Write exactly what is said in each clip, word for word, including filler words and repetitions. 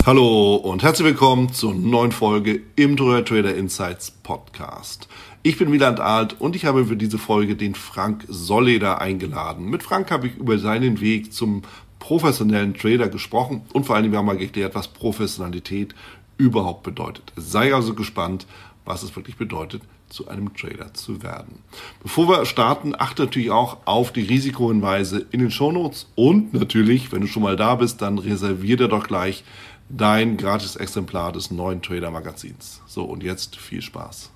Hallo und herzlich willkommen zur neuen Folge im Trader Insights Podcast. Ich bin Wieland Alt und ich habe für diese Folge den Frank Solleder eingeladen. Mit Frank habe ich über seinen Weg zum professionellen Trader gesprochen und vor allem wir haben mal geklärt, was Professionalität überhaupt bedeutet. Sei also gespannt, was es wirklich bedeutet, zu einem Trader zu werden. Bevor wir starten, achte natürlich auch auf die Risikohinweise in den Shownotes und natürlich, wenn du schon mal da bist, dann reservier dir doch gleich dein gratis Exemplar des neuen Trader Magazins. So, und jetzt viel Spaß.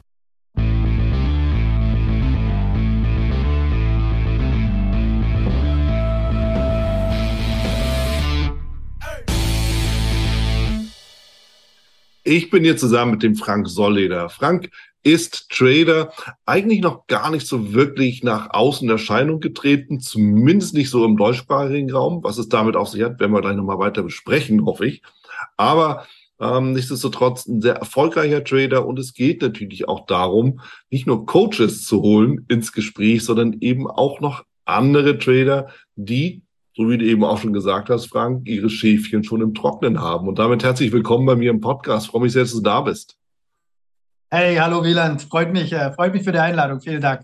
Ich bin hier zusammen mit dem Frank Solleder. Frank ist Trader, eigentlich noch gar nicht so wirklich nach außen in Erscheinung getreten, zumindest nicht so im deutschsprachigen Raum. Was es damit auf sich hat, werden wir gleich nochmal weiter besprechen, hoffe ich. Aber ähm, nichtsdestotrotz ein sehr erfolgreicher Trader und es geht natürlich auch darum, nicht nur Coaches zu holen ins Gespräch, sondern eben auch noch andere Trader, die, so wie du eben auch schon gesagt hast, Frank, ihre Schäfchen schon im Trocknen haben. Und damit herzlich willkommen bei mir im Podcast. Ich freue mich sehr, dass du da bist. Hey, hallo Wieland, freut mich, äh, freut mich für die Einladung. Vielen Dank.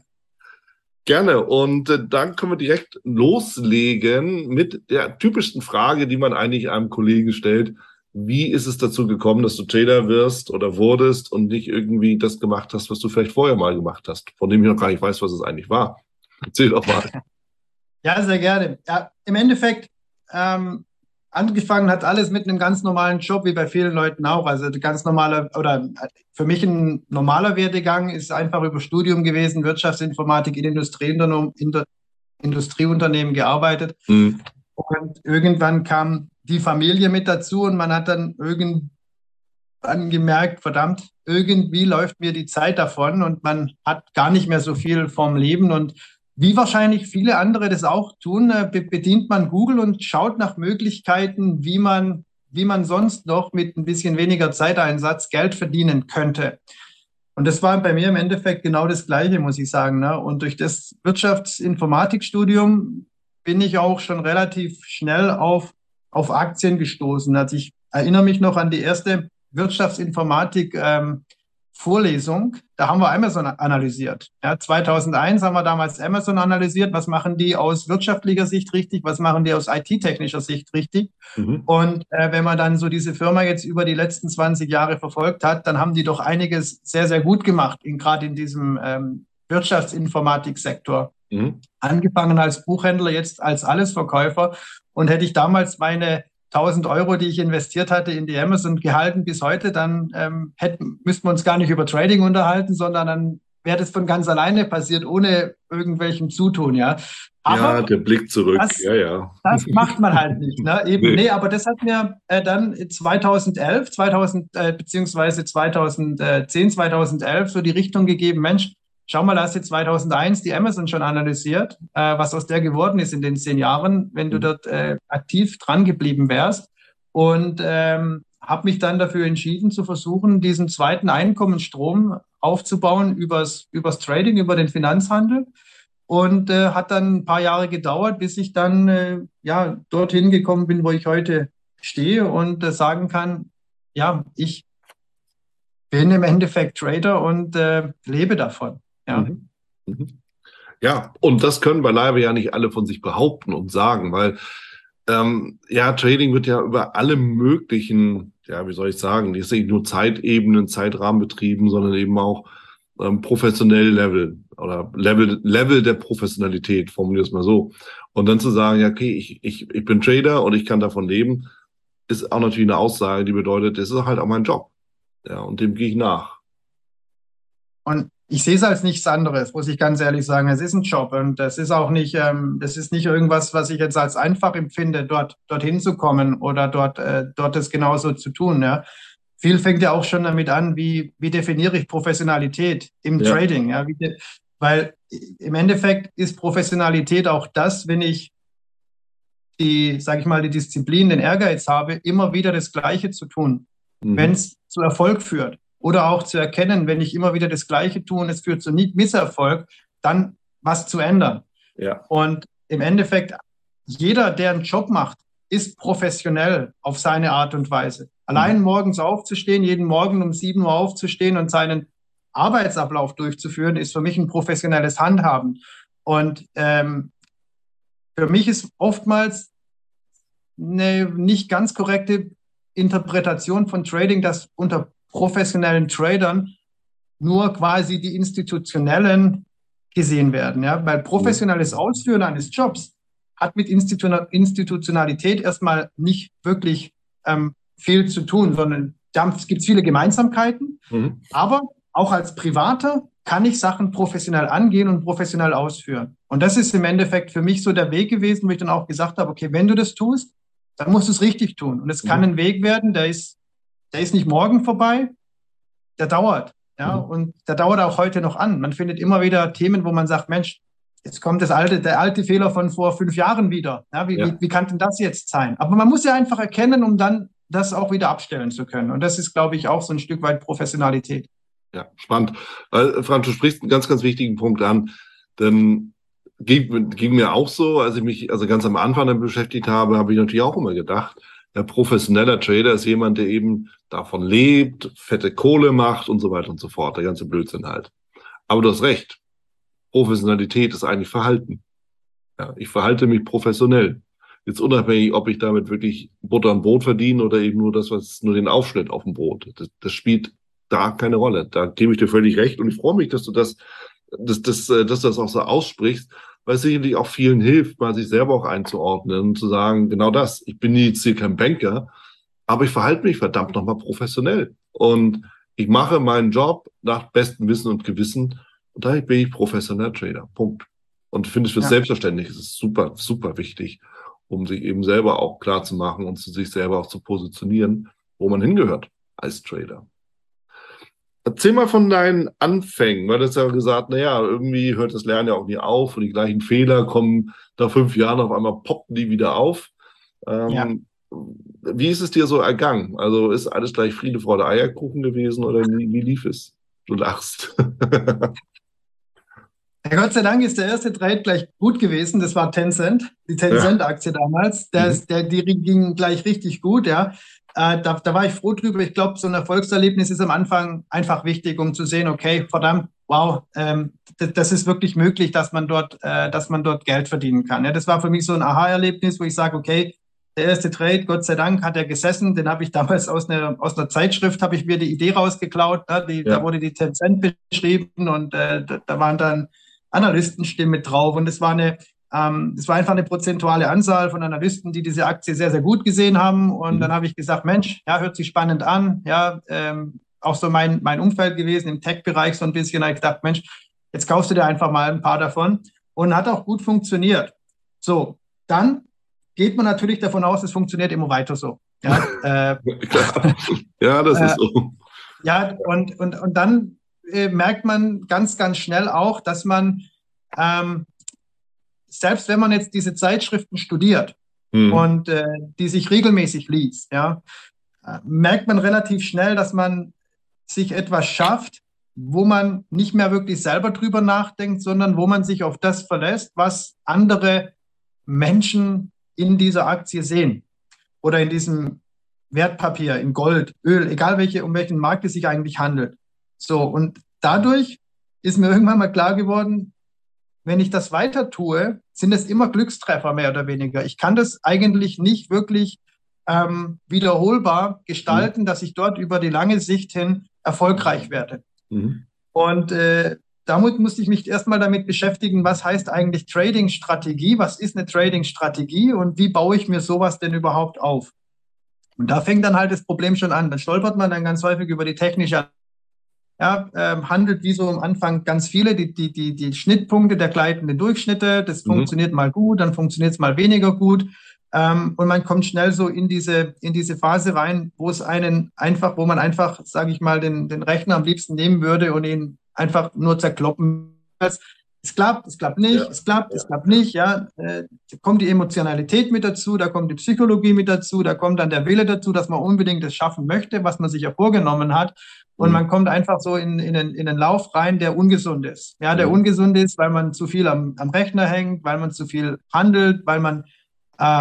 Gerne. Und äh, dann können wir direkt loslegen mit der typischsten Frage, die man eigentlich einem Kollegen stellt. Wie ist es dazu gekommen, dass du Trader wirst oder wurdest und nicht irgendwie das gemacht hast, was du vielleicht vorher mal gemacht hast, von dem ich noch gar nicht weiß, was es eigentlich war? Erzähl doch mal. Ja, sehr gerne. Ja, im Endeffekt ähm, angefangen hat alles mit einem ganz normalen Job, wie bei vielen Leuten auch. Also ganz normaler, oder für mich ein normaler Werdegang ist einfach über Studium gewesen, Wirtschaftsinformatik in Industrieunternehmen, in Industrieunternehmen gearbeitet. Hm. Und irgendwann kam die Familie mit dazu und man hat dann irgendwann gemerkt, verdammt, irgendwie läuft mir die Zeit davon und man hat gar nicht mehr so viel vom Leben. Und wie wahrscheinlich viele andere das auch tun, bedient man Google und schaut nach Möglichkeiten, wie man, wie man sonst noch mit ein bisschen weniger Zeiteinsatz Geld verdienen könnte. Und das war bei mir im Endeffekt genau das Gleiche, muss ich sagen. Und durch das Wirtschaftsinformatikstudium bin ich auch schon relativ schnell auf, auf Aktien gestoßen. Also ich erinnere mich noch an die erste Wirtschaftsinformatik ähm, Vorlesung, da haben wir Amazon analysiert. Ja, zweitausendeins haben wir damals Amazon analysiert. Was machen die aus wirtschaftlicher Sicht richtig? Was machen die aus I T-technischer Sicht richtig? Mhm. Und äh, wenn man dann so diese Firma jetzt über die letzten zwanzig Jahre verfolgt hat, dann haben die doch einiges sehr, sehr gut gemacht, gerade in diesem ähm, Wirtschaftsinformatiksektor. Mhm. Angefangen als Buchhändler, jetzt als Allesverkäufer. Und hätte ich damals meine tausend Euro, die ich investiert hatte in die Amazon gehalten bis heute, dann ähm, hätten, müssten wir uns gar nicht über Trading unterhalten, sondern dann wäre das von ganz alleine passiert, ohne irgendwelchem Zutun, ja. Aber ja, der Blick zurück, das, ja, ja. Das macht man halt nicht, ne? Eben, nee. nee, aber das hat mir äh, dann zweitausendelf, zweitausend, äh, beziehungsweise zweitausendzehn, zweitausendelf so die Richtung gegeben, Mensch, schau mal, da hast du zweitausendeins die Amazon schon analysiert, äh, was aus der geworden ist in den zehn Jahren, wenn du dort äh, aktiv dran geblieben wärst. Und ähm, habe mich dann dafür entschieden, zu versuchen, diesen zweiten Einkommensstrom aufzubauen übers, übers Trading, über den Finanzhandel. Und äh, hat dann ein paar Jahre gedauert, bis ich dann äh, ja dorthin gekommen bin, wo ich heute stehe und äh, sagen kann, ja, ich bin im Endeffekt Trader und äh, lebe davon. Ja. Mhm. Mhm. Ja, und das können beileibe ja nicht alle von sich behaupten und sagen, weil ähm, ja, Trading wird ja über alle möglichen, ja, wie soll ich sagen, nicht nur Zeitebenen, Zeitrahmen betrieben, sondern eben auch ähm, professionell Level oder Level, Level der Professionalität, formuliere es mal so. Und dann zu sagen, ja, okay, ich, ich, ich bin Trader und ich kann davon leben, ist auch natürlich eine Aussage, die bedeutet, es ist halt auch mein Job. Ja, und dem gehe ich nach. Und ich sehe es als nichts anderes, muss ich ganz ehrlich sagen. Es ist ein Job und das ist auch nicht, ähm, das ist nicht irgendwas, was ich jetzt als einfach empfinde, dort dorthin zu kommen oder dort äh, dort es genauso zu tun. Ja. Viel fängt ja auch schon damit an, wie wie definiere ich Professionalität im ja. Trading. Ja, wie de- weil im Endeffekt ist Professionalität auch das, wenn ich die, sage ich mal, die Disziplin, den Ehrgeiz habe, immer wieder das Gleiche zu tun, mhm. wenn es zu Erfolg führt. Oder auch zu erkennen, wenn ich immer wieder das Gleiche tue und es führt zu Misserfolg, dann was zu ändern. Ja. Und im Endeffekt, jeder, der einen Job macht, ist professionell auf seine Art und Weise. Allein morgens aufzustehen, jeden Morgen um sieben Uhr aufzustehen und seinen Arbeitsablauf durchzuführen, ist für mich ein professionelles Handhaben. Und ähm, für mich ist oftmals eine nicht ganz korrekte Interpretation von Trading, dass unter professionellen Tradern nur quasi die institutionellen gesehen werden. Ja? Weil professionelles Ausführen eines Jobs hat mit Institu- Institutionalität erstmal nicht wirklich ähm, viel zu tun, sondern da gibt es viele Gemeinsamkeiten. Mhm. Aber auch als Privater kann ich Sachen professionell angehen und professionell ausführen. Und das ist im Endeffekt für mich so der Weg gewesen, wo ich dann auch gesagt habe, okay, wenn du das tust, dann musst du es richtig tun. Und es kann mhm. ein Weg werden, der ist, der ist nicht morgen vorbei, der dauert. Ja? Mhm. Und der dauert auch heute noch an. Man findet immer wieder Themen, wo man sagt, Mensch, jetzt kommt das alte, der alte Fehler von vor fünf Jahren wieder. Ja, wie, ja. wie, wie kann denn das jetzt sein? Aber man muss ja einfach erkennen, um dann das auch wieder abstellen zu können. Und das ist, glaube ich, auch so ein Stück weit Professionalität. Ja, spannend. Weil, Frank, du sprichst einen ganz, ganz wichtigen Punkt an. Denn ging, ging mir auch so, als ich mich also ganz am Anfang damit beschäftigt habe, habe ich natürlich auch immer gedacht, der professioneller Trader ist jemand, der eben davon lebt, fette Kohle macht und so weiter und so fort. Der ganze Blödsinn halt. Aber du hast recht. Professionalität ist eigentlich Verhalten. Ja, ich verhalte mich professionell. Jetzt unabhängig, ob ich damit wirklich Butter und Brot verdiene oder eben nur das, was nur den Aufschnitt auf dem Brot. Das, das spielt da keine Rolle. Da gebe ich dir völlig recht und ich freue mich, dass du das, dass, dass, dass du das auch so aussprichst, weil es sicherlich auch vielen hilft, mal sich selber auch einzuordnen und zu sagen, genau das. Ich bin jetzt hier kein Banker, aber ich verhalte mich verdammt nochmal professionell und ich mache meinen Job nach bestem Wissen und Gewissen. Und daher bin ich professioneller Trader. Punkt. Und ich finde es für ja. selbstverständlich. Es ist super, super wichtig, um sich eben selber auch klar zu machen und zu sich selber auch zu positionieren, wo man hingehört als Trader. Erzähl mal von deinen Anfängen, weil du hast ja gesagt, naja, irgendwie hört das Lernen ja auch nie auf und die gleichen Fehler kommen nach fünf Jahren auf einmal, poppen die wieder auf. Ähm, ja. Wie ist es dir so ergangen? Also ist alles gleich Friede, Freude, Eierkuchen gewesen oder wie, wie lief es? Du lachst. Ja, Gott sei Dank ist der erste Trade gleich gut gewesen. Das war Tencent, die Tencent-Aktie ja. damals. Der, mhm. der, die ging gleich richtig gut, ja. Äh, da, da war ich froh drüber. Ich glaube, so ein Erfolgserlebnis ist am Anfang einfach wichtig, um zu sehen, okay, verdammt, wow, ähm, das, das ist wirklich möglich, dass man dort, äh, dass man dort Geld verdienen kann. Ja, das war für mich so ein Aha-Erlebnis, wo ich sage, okay, der erste Trade, Gott sei Dank, hat er gesessen. Den habe ich damals aus einer, aus einer Zeitschrift, habe ich mir die Idee rausgeklaut. Ne? Die, ja. Da wurde die Tencent beschrieben und äh, da, da waren dann Analystenstimmen mit drauf. Und es war eine, ähm, es war einfach eine prozentuale Anzahl von Analysten, die diese Aktie sehr, sehr gut gesehen haben. Und mhm. dann habe ich gesagt, Mensch, ja, hört sich spannend an. Ja, ähm, auch so mein, mein Umfeld gewesen im Tech-Bereich so ein bisschen. Da habe ich gedacht, Mensch, jetzt kaufst du dir einfach mal ein paar davon. Und hat auch gut funktioniert. So, dann geht man natürlich davon aus, es funktioniert immer weiter so. Ja, äh, ja das ist so. Äh, ja, und, und, und dann äh, merkt man ganz, ganz schnell auch, dass man, ähm, selbst wenn man jetzt diese Zeitschriften studiert hm. und äh, die sich regelmäßig liest, ja, äh, merkt man relativ schnell, dass man sich etwas schafft, wo man nicht mehr wirklich selber drüber nachdenkt, sondern wo man sich auf das verlässt, was andere Menschen in dieser Aktie sehen oder in diesem Wertpapier, in Gold, Öl, egal welche, um welchen Markt es sich eigentlich handelt. So, und dadurch ist mir irgendwann mal klar geworden, wenn ich das weiter tue, sind es immer Glückstreffer mehr oder weniger. Ich kann das eigentlich nicht wirklich ähm, wiederholbar gestalten, mhm. dass ich dort über die lange Sicht hin erfolgreich werde. Mhm. Und äh, damit musste ich mich erstmal damit beschäftigen, was heißt eigentlich Trading-Strategie, was ist eine Trading-Strategie und wie baue ich mir sowas denn überhaupt auf? Und da fängt dann halt das Problem schon an. Dann stolpert man dann ganz häufig über die technische, ja, ähm, handelt wie so am Anfang ganz viele, die, die, die, die Schnittpunkte der gleitenden Durchschnitte, das mhm. funktioniert mal gut, dann funktioniert es mal weniger gut. Ähm, und man kommt schnell so in diese, in diese Phase rein, wo es einen einfach, wo man einfach, sage ich mal, den, den Rechner am liebsten nehmen würde und ihn einfach nur zerkloppen. Es klappt, es klappt nicht, ja. es klappt, ja. es klappt nicht, ja. Äh, da kommt die Emotionalität mit dazu, da kommt die Psychologie mit dazu, da kommt dann der Wille dazu, dass man unbedingt das schaffen möchte, was man sich ja vorgenommen hat. Und mhm. man kommt einfach so in, in, den, in den Lauf rein, der ungesund ist. Ja, der mhm. ungesund ist, weil man zu viel am, am Rechner hängt, weil man zu viel handelt, weil man ähm,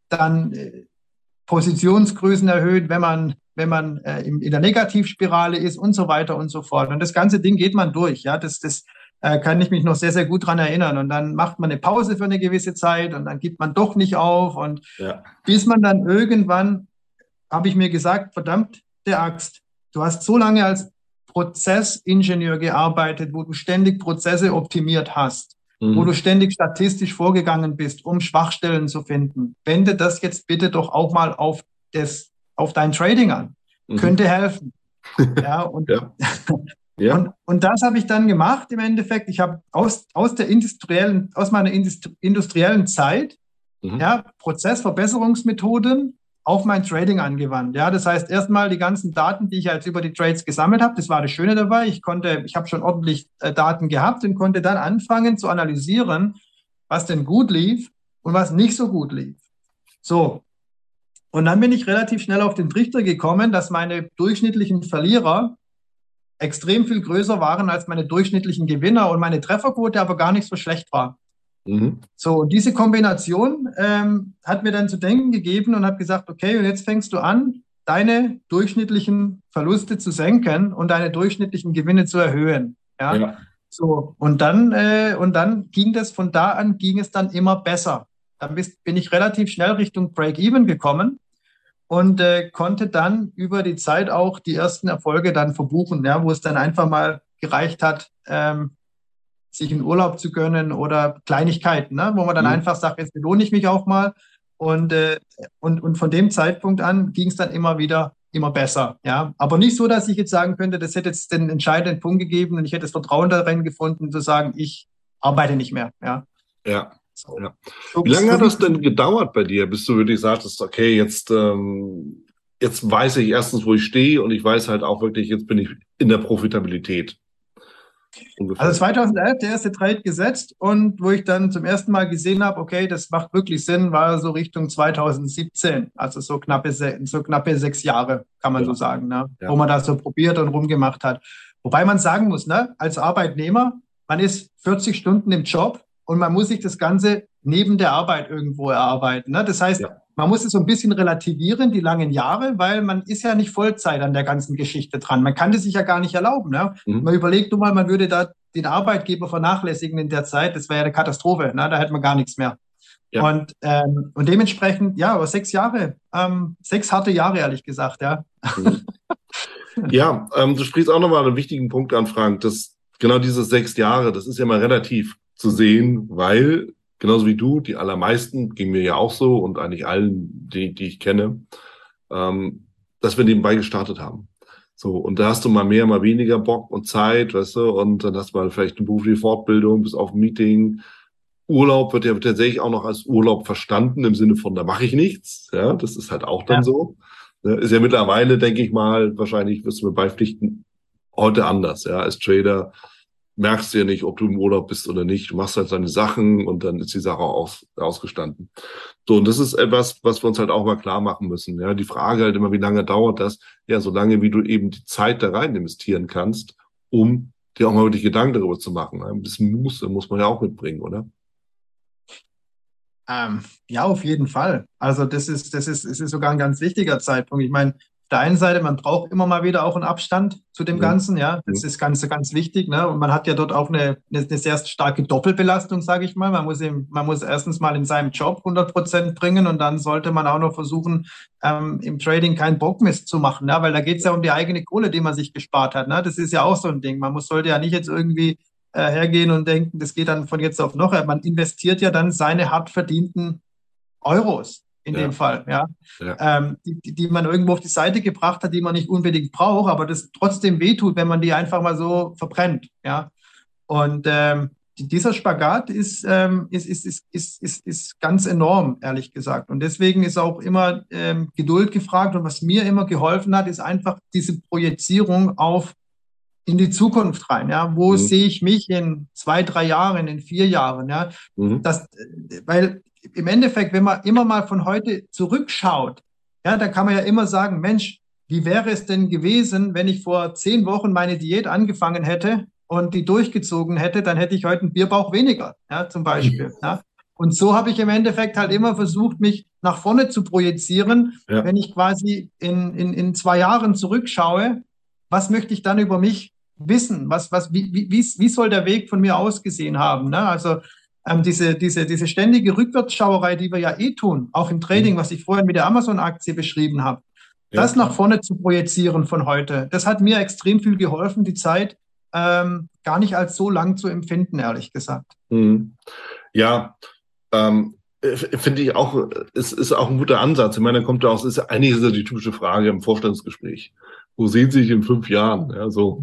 dann äh, Positionsgrößen erhöht, wenn man, wenn man äh, in, in der Negativspirale ist und so weiter und so fort. Und das ganze Ding geht man durch. Ja, das, das äh, kann ich mich noch sehr, sehr gut dran erinnern. Und dann macht man eine Pause für eine gewisse Zeit und dann gibt man doch nicht auf. Und Ja. bis man dann irgendwann, habe ich mir gesagt, verdammt, der Axt, du hast so lange als Prozessingenieur gearbeitet, wo du ständig Prozesse optimiert hast, Mhm. wo du ständig statistisch vorgegangen bist, um Schwachstellen zu finden. Wende das jetzt bitte doch auch mal auf das, auf dein Trading an. Mhm. Könnte helfen. Ja, und, Ja. Ja. und, und das habe ich dann gemacht im Endeffekt. Ich habe aus, aus der industriellen, aus meiner industri- industriellen Zeit, Mhm. ja, Prozessverbesserungsmethoden auf mein Trading angewandt. Ja, das heißt erstmal die ganzen Daten, die ich jetzt über die Trades gesammelt habe, das war das Schöne dabei. Ich konnte, ich habe schon ordentlich äh, Daten gehabt und konnte dann anfangen zu analysieren, was denn gut lief und was nicht so gut lief. So. Und dann bin ich relativ schnell auf den Trichter gekommen, dass meine durchschnittlichen Verlierer extrem viel größer waren als meine durchschnittlichen Gewinner und meine Trefferquote aber gar nicht so schlecht war. Mhm. So, und diese Kombination ähm, hat mir dann zu denken gegeben und habe gesagt, okay, und jetzt fängst du an, deine durchschnittlichen Verluste zu senken und deine durchschnittlichen Gewinne zu erhöhen. Ja, Ja. so, und dann, äh, und dann ging das, von da an ging es dann immer besser. Dann bist, bin ich relativ schnell Richtung Break-Even gekommen und äh, konnte dann über die Zeit auch die ersten Erfolge dann verbuchen, ja, wo es dann einfach mal gereicht hat, ähm, sich einen Urlaub zu gönnen oder Kleinigkeiten, ne? Wo man dann Mhm. einfach sagt, jetzt belohne ich mich auch mal. Und, äh, und, und von dem Zeitpunkt an ging es dann immer wieder immer besser. Ja? Aber nicht so, dass ich jetzt sagen könnte, das hätte jetzt den entscheidenden Punkt gegeben und ich hätte das Vertrauen darin gefunden, zu sagen, ich arbeite nicht mehr. Ja? Ja. So, Ja. so, Wie lange so hat wie, das denn gedauert bei dir, bis du wirklich sagtest, okay, jetzt, ähm, jetzt weiß ich erstens, wo ich stehe und ich weiß halt auch wirklich, jetzt bin ich in der Profitabilität ungefähr. also zweitausendelf der erste Trade gesetzt und wo ich dann zum ersten Mal gesehen habe, okay, das macht wirklich Sinn, war so Richtung zweitausendsiebzehn, also so knappe, se- so knappe sechs Jahre, kann man Ja. so sagen, ne? Ja. Wo man das so probiert und rumgemacht hat. Wobei man sagen muss, ne, als Arbeitnehmer, man ist vierzig Stunden im Job und man muss sich das Ganze neben der Arbeit irgendwo erarbeiten. Ne? Das heißt, Ja. man muss es so ein bisschen relativieren, die langen Jahre, weil man ist ja nicht Vollzeit an der ganzen Geschichte dran. Man kann das sich ja gar nicht erlauben. Ne? Mhm. Man überlegt nur mal, man würde da den Arbeitgeber vernachlässigen in der Zeit. Das wäre ja eine Katastrophe. Ne? Da hätte man gar nichts mehr. Ja. Und, ähm, und dementsprechend, ja, aber sechs Jahre, ähm, sechs harte Jahre, ehrlich gesagt, ja. Mhm. Ja, ähm, du sprichst auch nochmal einen wichtigen Punkt an, Frank. Das, genau diese sechs Jahre, das ist ja mal relativ zu sehen, weil, genauso wie du, die allermeisten, ging mir ja auch so und eigentlich allen, die, die ich kenne, ähm, dass wir nebenbei gestartet haben. So, und da hast du mal mehr, mal weniger Bock und Zeit, weißt du, und dann hast du mal vielleicht eine berufliche Fortbildung, bis auf ein Meeting. Urlaub wird ja tatsächlich auch noch als Urlaub verstanden, im Sinne von, da mache ich nichts. Ja, das ist halt auch dann Ja. so. Ne, ist ja mittlerweile, denke ich mal, wahrscheinlich wirst du mir beipflichten, heute anders. Ja, als Trader merkst du ja nicht, ob du im Urlaub bist oder nicht. Du machst halt deine Sachen und dann ist die Sache aus, ausgestanden. So, und das ist etwas, was wir uns halt auch mal klar machen müssen. Ja, die Frage halt immer, wie lange dauert das? Ja, so lange, wie du eben die Zeit da rein investieren kannst, um dir auch mal wirklich Gedanken darüber zu machen. Ein bisschen Muße muss man ja auch mitbringen, oder? Ähm, ja, auf jeden Fall. Also das ist, das ist, es ist sogar ein ganz wichtiger Zeitpunkt. Ich meine, auf der einen Seite, man braucht immer mal wieder auch einen Abstand zu dem Mhm. Ganzen, ja. Das Mhm. ist ganz, ganz wichtig, ne? Und man hat ja dort auch eine, eine, eine sehr starke Doppelbelastung, sage ich mal. Man muss eben, man muss erstens mal in seinem Job hundert Prozent bringen und dann sollte man auch noch versuchen, ähm, im Trading keinen Bockmist zu machen, ne? Weil da geht es ja um die eigene Kohle, die man sich gespart hat, ne? Das ist ja auch so ein Ding. Man muss, sollte ja nicht jetzt irgendwie äh, hergehen und denken, das geht dann von jetzt auf noch. Man investiert ja dann seine hart verdienten Euros in Ja. dem Fall, ja, Ja. ähm, die, die man irgendwo auf die Seite gebracht hat, die man nicht unbedingt braucht, aber das trotzdem wehtut, wenn man die einfach mal so verbrennt, ja. Und ähm, dieser Spagat ist, ähm, ist, ist, ist, ist, ist, ist ganz enorm, ehrlich gesagt. Und deswegen ist auch immer ähm, Geduld gefragt. Und was mir immer geholfen hat, ist einfach diese Projizierung auf in die Zukunft rein. Ja, wo Mhm. sehe ich mich in zwei, drei Jahren, in vier Jahren? Ja, Mhm. das, weil im Endeffekt, wenn man immer mal von heute zurückschaut, ja, dann kann man ja immer sagen, Mensch, wie wäre es denn gewesen, wenn ich vor zehn Wochen meine Diät angefangen hätte und die durchgezogen hätte, dann hätte ich heute einen Bierbauch weniger, ja, zum Beispiel. Ja. Und so habe ich im Endeffekt halt immer versucht, mich nach vorne zu projizieren, Ja. wenn ich quasi in, in, in zwei Jahren zurückschaue, was möchte ich dann über mich wissen? Was, was, wie, wie, wie wie soll der Weg von mir ausgesehen haben? Ne? Also ähm, diese, diese, diese ständige Rückwärtsschauerei, die wir ja eh tun, auch im Trading, was ich vorhin mit der Amazon-Aktie beschrieben habe, Ja, das klar. nach vorne zu projizieren von heute, das hat mir extrem viel geholfen, die Zeit ähm, gar nicht als so lang zu empfinden, ehrlich gesagt. Mhm. Ja, ähm, f- finde ich auch, es ist auch ein guter Ansatz. Ich meine, da kommt ja auch, es ist ja eigentlich ist ja die typische Frage im Vorstellungsgespräch. Wo sehen Sie sich in fünf Jahren? Ja, so.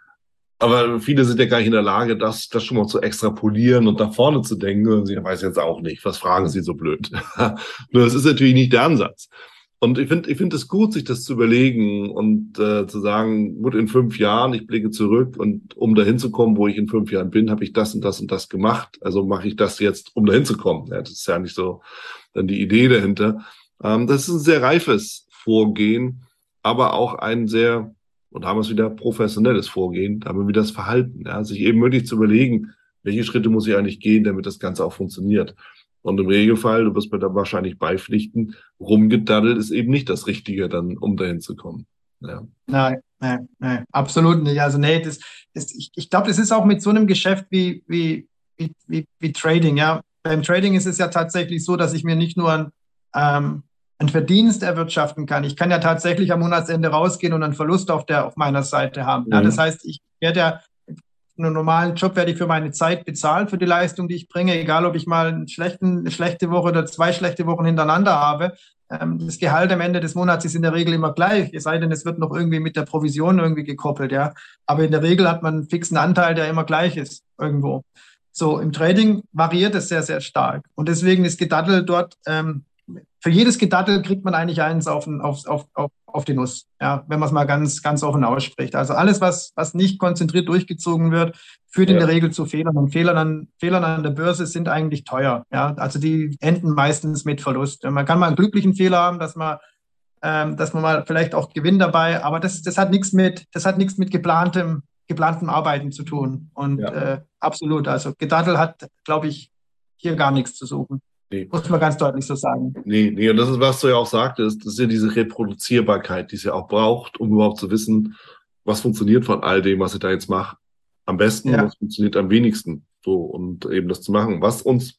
Aber viele sind ja gar nicht in der Lage, das, das schon mal zu extrapolieren und nach vorne zu denken. Und sie weiß jetzt auch nicht, was fragen Sie so blöd? Nur das ist natürlich nicht der Ansatz. Und ich finde, ich finde es gut, sich das zu überlegen und äh, zu sagen, gut, in fünf Jahren, ich blicke zurück und um dahin zu kommen, wo ich in fünf Jahren bin, habe ich das und das und das gemacht. Also mache ich das jetzt, um dahin zu kommen. Ja, das ist ja nicht so dann die Idee dahinter. Ähm, das ist ein sehr reifes Vorgehen, aber auch ein sehr, und da haben wir es wieder, professionelles Vorgehen, da haben wir wieder das Verhalten, ja, sich eben wirklich zu überlegen, welche Schritte muss ich eigentlich gehen, damit das Ganze auch funktioniert. Und im Regelfall, du wirst mir da wahrscheinlich beipflichten, rumgedaddelt ist eben nicht das Richtige dann, um dahin zu kommen. Ja. Nein, nein, nein, absolut nicht. Also nee, das, das, ich, ich glaube, das ist auch mit so einem Geschäft wie, wie, wie, wie, wie Trading, ja. Beim Trading ist es ja tatsächlich so, dass ich mir nicht nur ein, ähm, einen Verdienst erwirtschaften kann. Ich kann ja tatsächlich am Monatsende rausgehen und einen Verlust auf der, auf meiner Seite haben. Ja, das Mhm. heißt, ich werde ja in einem normalen Job werde ich für meine Zeit bezahlt, für die Leistung, die ich bringe, egal ob ich mal einen schlechten, eine schlechte Woche oder zwei schlechte Wochen hintereinander habe. Ähm, das Gehalt am Ende des Monats ist in der Regel immer gleich, es sei denn, es wird noch irgendwie mit der Provision irgendwie gekoppelt, ja. Aber in der Regel hat man einen fixen Anteil, der immer gleich ist irgendwo. So, im Trading variiert es sehr, sehr stark. Und deswegen ist Gedattel dort, ähm, für jedes Gedattel kriegt man eigentlich eins auf, den- auf, auf, auf, auf die Nuss, ja, wenn man es mal ganz, ganz offen ausspricht. Also alles, was, was nicht konzentriert durchgezogen wird, führt in Ja. der Regel zu Fehlern. Und Fehlern an, Fehlern an der Börse sind eigentlich teuer. Ja, also die enden meistens mit Verlust. Man kann mal einen glücklichen Fehler haben, dass man, ähm, dass man mal vielleicht auch gewinnt dabei, aber das, das hat nichts mit, das hat nichts mit geplantem, geplantem Arbeiten zu tun. Und Ja. äh, absolut, also Gedattel hat, glaube ich, hier gar nichts zu suchen. Nee. Muss man ganz deutlich so sagen. Nee, nee, und das ist, was du ja auch sagtest, das ist ja diese Reproduzierbarkeit, die es ja auch braucht, um überhaupt zu wissen, was funktioniert von all dem, was ich da jetzt mache, am besten und Ja. was funktioniert am wenigsten. So, und eben das zu machen, was uns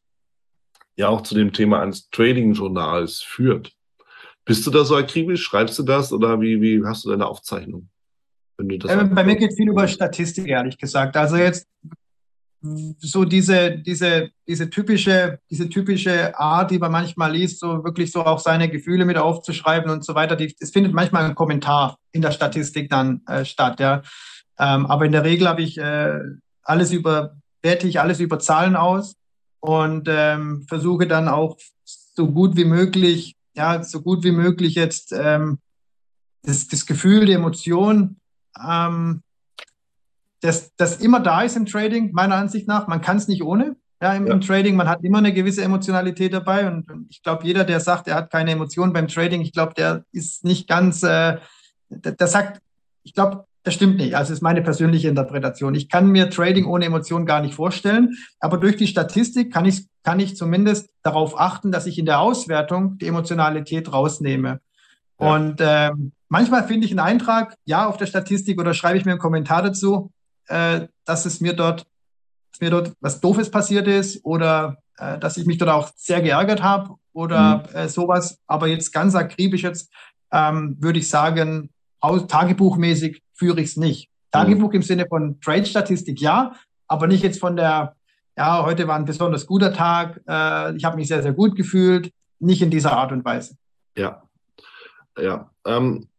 ja auch zu dem Thema eines Trading-Journals führt. Bist du da so akribisch? Schreibst du das oder wie, wie hast du deine Aufzeichnung, wenn du das Äh, Bei mir anschaust? geht viel über Statistik, ehrlich gesagt. Also jetzt so diese, diese, diese typische, diese typische Art, die man manchmal liest, so wirklich so auch seine Gefühle mit aufzuschreiben und so weiter, die, es findet manchmal ein Kommentar in der Statistik dann äh, statt, ja. Ähm, aber in der Regel habe ich äh, alles über, werte ich alles über Zahlen aus und ähm, versuche dann auch so gut wie möglich, ja, so gut wie möglich jetzt ähm, das, das Gefühl, die Emotion, ähm, das, das immer da ist im Trading, meiner Ansicht nach. Man kann es nicht ohne. Ja, im, Ja, im Trading, man hat immer eine gewisse Emotionalität dabei. Und, und ich glaube, jeder, der sagt, er hat keine Emotionen beim Trading, ich glaube, der ist nicht ganz, äh, der, der sagt, ich glaube, das stimmt nicht. Also, das ist meine persönliche Interpretation. Ich kann mir Trading ohne Emotionen gar nicht vorstellen. Aber durch die Statistik kann ich, kann ich zumindest darauf achten, dass ich in der Auswertung die Emotionalität rausnehme. ja, Und ähm, manchmal finde ich einen Eintrag, ja, auf der Statistik oder schreibe ich mir einen Kommentar dazu, äh, dass es mir dort, dass mir dort was Doofes passiert ist oder äh, dass ich mich dort auch sehr geärgert habe oder mhm. äh, sowas. Aber jetzt ganz akribisch jetzt ähm, würde ich sagen, au- tagebuchmäßig führe ich es nicht. Mhm. Tagebuch im Sinne von Trade-Statistik ja, aber nicht jetzt von der, ja, heute war ein besonders guter Tag, äh, ich habe mich sehr, sehr gut gefühlt, nicht in dieser Art und Weise. Ja, ja. Ähm,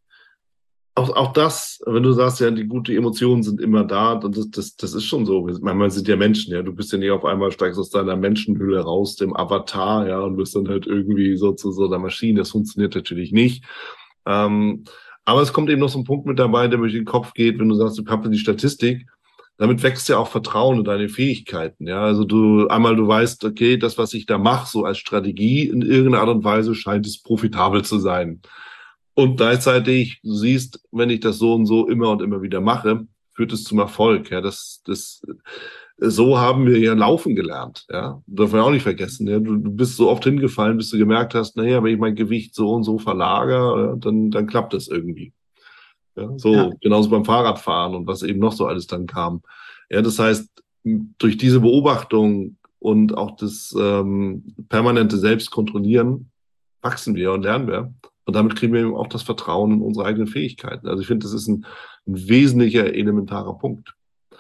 Auch, auch das, wenn du sagst, ja, die guten Emotionen sind immer da, dann das, das, das ist schon so. Manchmal sind ja Menschen, ja. Du bist ja nicht auf einmal, steigst aus deiner Menschenhülle raus, dem Avatar, ja, und bist dann halt irgendwie so zu so einer Maschine. Das funktioniert natürlich nicht. Ähm, aber es kommt eben noch so ein Punkt mit dabei, der durch den Kopf geht, wenn du sagst, du kappst die Statistik. Damit wächst ja auch Vertrauen in deine Fähigkeiten, ja. Also du, einmal du weißt, okay, das, was ich da mache, so als Strategie in irgendeiner Art und Weise scheint es profitabel zu sein. Und gleichzeitig, du siehst, wenn ich das so und so immer und immer wieder mache, führt es zum Erfolg. Ja, das, das, so haben wir ja laufen gelernt. Ja, darf man auch nicht vergessen. Ja? Du, du bist so oft hingefallen, bis du gemerkt hast, naja, wenn ich mein Gewicht so und so verlagere, ja, dann, dann klappt das irgendwie. Ja, Ja. so genauso beim Fahrradfahren und was eben noch so alles dann kam. Ja, das heißt, durch diese Beobachtung und auch das ähm, permanente Selbstkontrollieren wachsen wir und lernen wir. Und damit kriegen wir eben auch das Vertrauen in unsere eigenen Fähigkeiten. Also ich finde, das ist ein, ein wesentlicher, elementarer Punkt.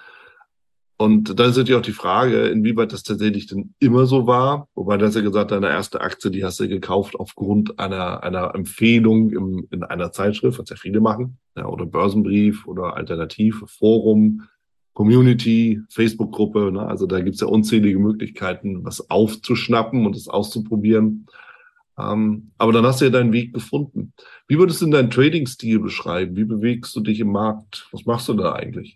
Und dann ist natürlich auch die Frage, inwieweit das tatsächlich denn immer so war. Wobei, du hast ja gesagt, deine erste Aktie, die hast du gekauft aufgrund einer, einer Empfehlung im, in einer Zeitschrift, was ja viele machen, ja, oder Börsenbrief oder Alternativ, Forum, Community, Facebook-Gruppe. Ne? Also da gibt's ja unzählige Möglichkeiten, was aufzuschnappen und es auszuprobieren. Ähm, aber dann hast du ja deinen Weg gefunden. Wie würdest du denn deinen Trading-Stil beschreiben? Wie bewegst du dich im Markt? Was machst du da eigentlich?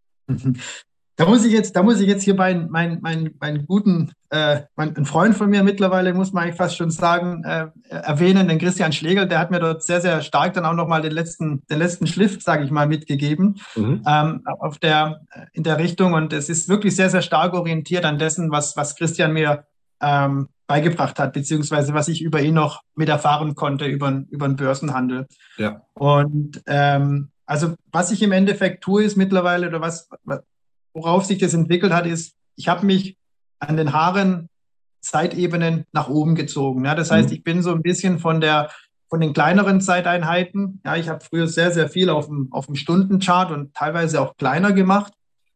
Da muss ich jetzt, da muss ich jetzt hier meinen mein, mein, mein guten, äh, mein, ein Freund von mir mittlerweile, muss man eigentlich fast schon sagen, äh, erwähnen, den Christian Schlegel, der hat mir dort sehr, sehr stark dann auch nochmal den letzten, den letzten Schliff, sage ich mal, mitgegeben, Mhm. ähm, auf der, in der Richtung. Und es ist wirklich sehr, sehr stark orientiert an dessen, was, was Christian mir ähm, beigebracht hat, beziehungsweise was ich über ihn noch mit erfahren konnte, über, über den Börsenhandel. Ja. Und ähm, also was ich im Endeffekt tue, ist mittlerweile, oder was, was worauf sich das entwickelt hat, ist, ich habe mich an den Haaren Zeitebenen nach oben gezogen. Ja, das heißt, Mhm. ich bin so ein bisschen von der von den kleineren Zeiteinheiten. Ja, ich habe früher sehr, sehr viel auf dem, auf dem Stundenchart und teilweise auch kleiner gemacht.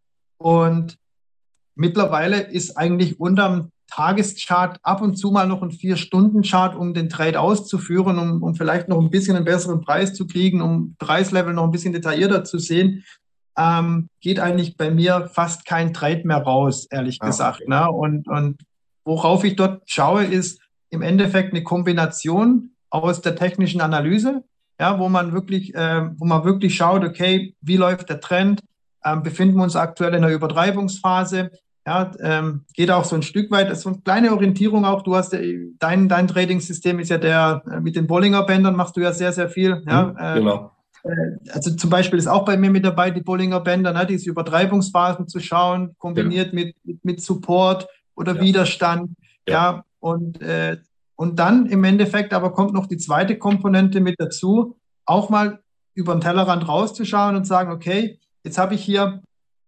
Und mittlerweile ist eigentlich unterm Tageschart ab und zu mal noch ein Vier-Stunden-Chart, um den Trade auszuführen, um, um vielleicht noch ein bisschen einen besseren Preis zu kriegen, um Preislevel noch ein bisschen detaillierter zu sehen. Ähm, geht eigentlich bei mir fast kein Trade mehr raus, ehrlich Ah, gesagt. okay. Ne? Und, und worauf ich dort schaue, ist im Endeffekt eine Kombination aus der technischen Analyse, ja, wo man wirklich, äh, wo man wirklich schaut, okay, wie läuft der Trend? Ähm, befinden wir uns aktuell in einer Übertreibungsphase? Ja, ähm, geht auch so ein Stück weit, so eine kleine Orientierung auch. Du hast ja, dein, dein Trading-System ist ja der äh, mit den Bollinger Bändern, machst du ja sehr, sehr viel. Mhm. Ja, äh, Genau. also zum Beispiel ist auch bei mir mit dabei die Bollinger Bänder, ne, diese Übertreibungsphasen zu schauen, Genau. kombiniert mit, mit, mit Support oder Ja. Widerstand. Ja. Ja, und, äh, und dann im Endeffekt aber kommt noch die zweite Komponente mit dazu, auch mal über den Tellerrand rauszuschauen und sagen, okay, jetzt habe ich hier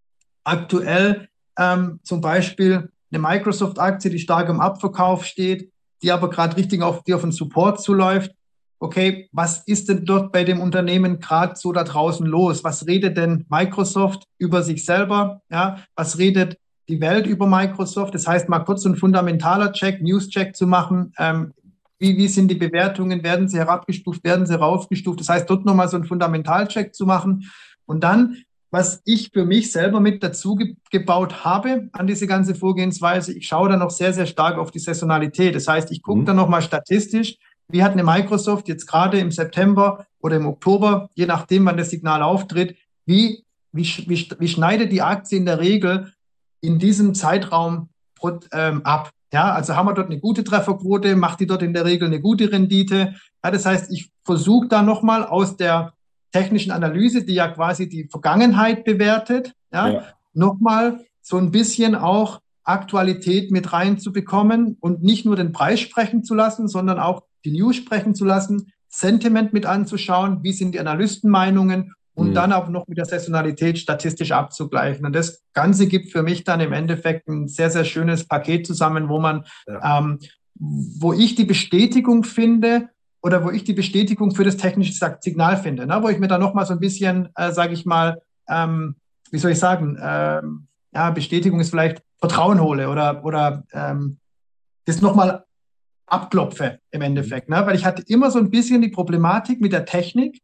aktuell ähm, zum Beispiel eine Microsoft-Aktie, die stark im Abverkauf steht, die aber gerade richtig auf, die auf den Support zuläuft. Okay, was ist denn dort bei dem Unternehmen gerade so da draußen los? Was redet denn Microsoft über sich selber? Ja, was redet die Welt über Microsoft? Das heißt, mal kurz so ein fundamentaler Check, News-Check zu machen. Ähm, wie, wie sind die Bewertungen? Werden sie herabgestuft? Werden sie raufgestuft? Das heißt, dort nochmal so einen Fundamentalcheck zu machen. Und dann, was ich für mich selber mit dazu ge gebaut habe an diese ganze Vorgehensweise, ich schaue da noch sehr, sehr stark auf die Saisonalität. Das heißt, ich gucke Mhm. da nochmal statistisch, wie hat eine Microsoft jetzt gerade im September oder im Oktober, je nachdem, wann das Signal auftritt, wie, wie, wie, wie schneidet die Aktie in der Regel in diesem Zeitraum ähm, ab? Ja, also haben wir dort eine gute Trefferquote, macht die dort in der Regel eine gute Rendite. Ja, das heißt, ich versuche da nochmal aus der technischen Analyse, die ja quasi die Vergangenheit bewertet, ja, Ja. nochmal so ein bisschen auch Aktualität mit reinzubekommen und nicht nur den Preis sprechen zu lassen, sondern auch die News sprechen zu lassen, Sentiment mit anzuschauen, wie sind die Analystenmeinungen und Mhm. dann auch noch mit der Saisonalität statistisch abzugleichen. Und das Ganze gibt für mich dann im Endeffekt ein sehr, sehr schönes Paket zusammen, wo man, Ja. ähm, wo ich die Bestätigung finde oder wo ich die Bestätigung für das technische Signal finde, ne? Wo ich mir dann nochmal so ein bisschen, äh, sage ich mal, ähm, wie soll ich sagen, ähm, ja, Bestätigung ist vielleicht Vertrauen hole oder, oder ähm, das nochmal abklopfe im Mhm. Endeffekt. Ne? Weil ich hatte immer so ein bisschen die Problematik mit der Technik,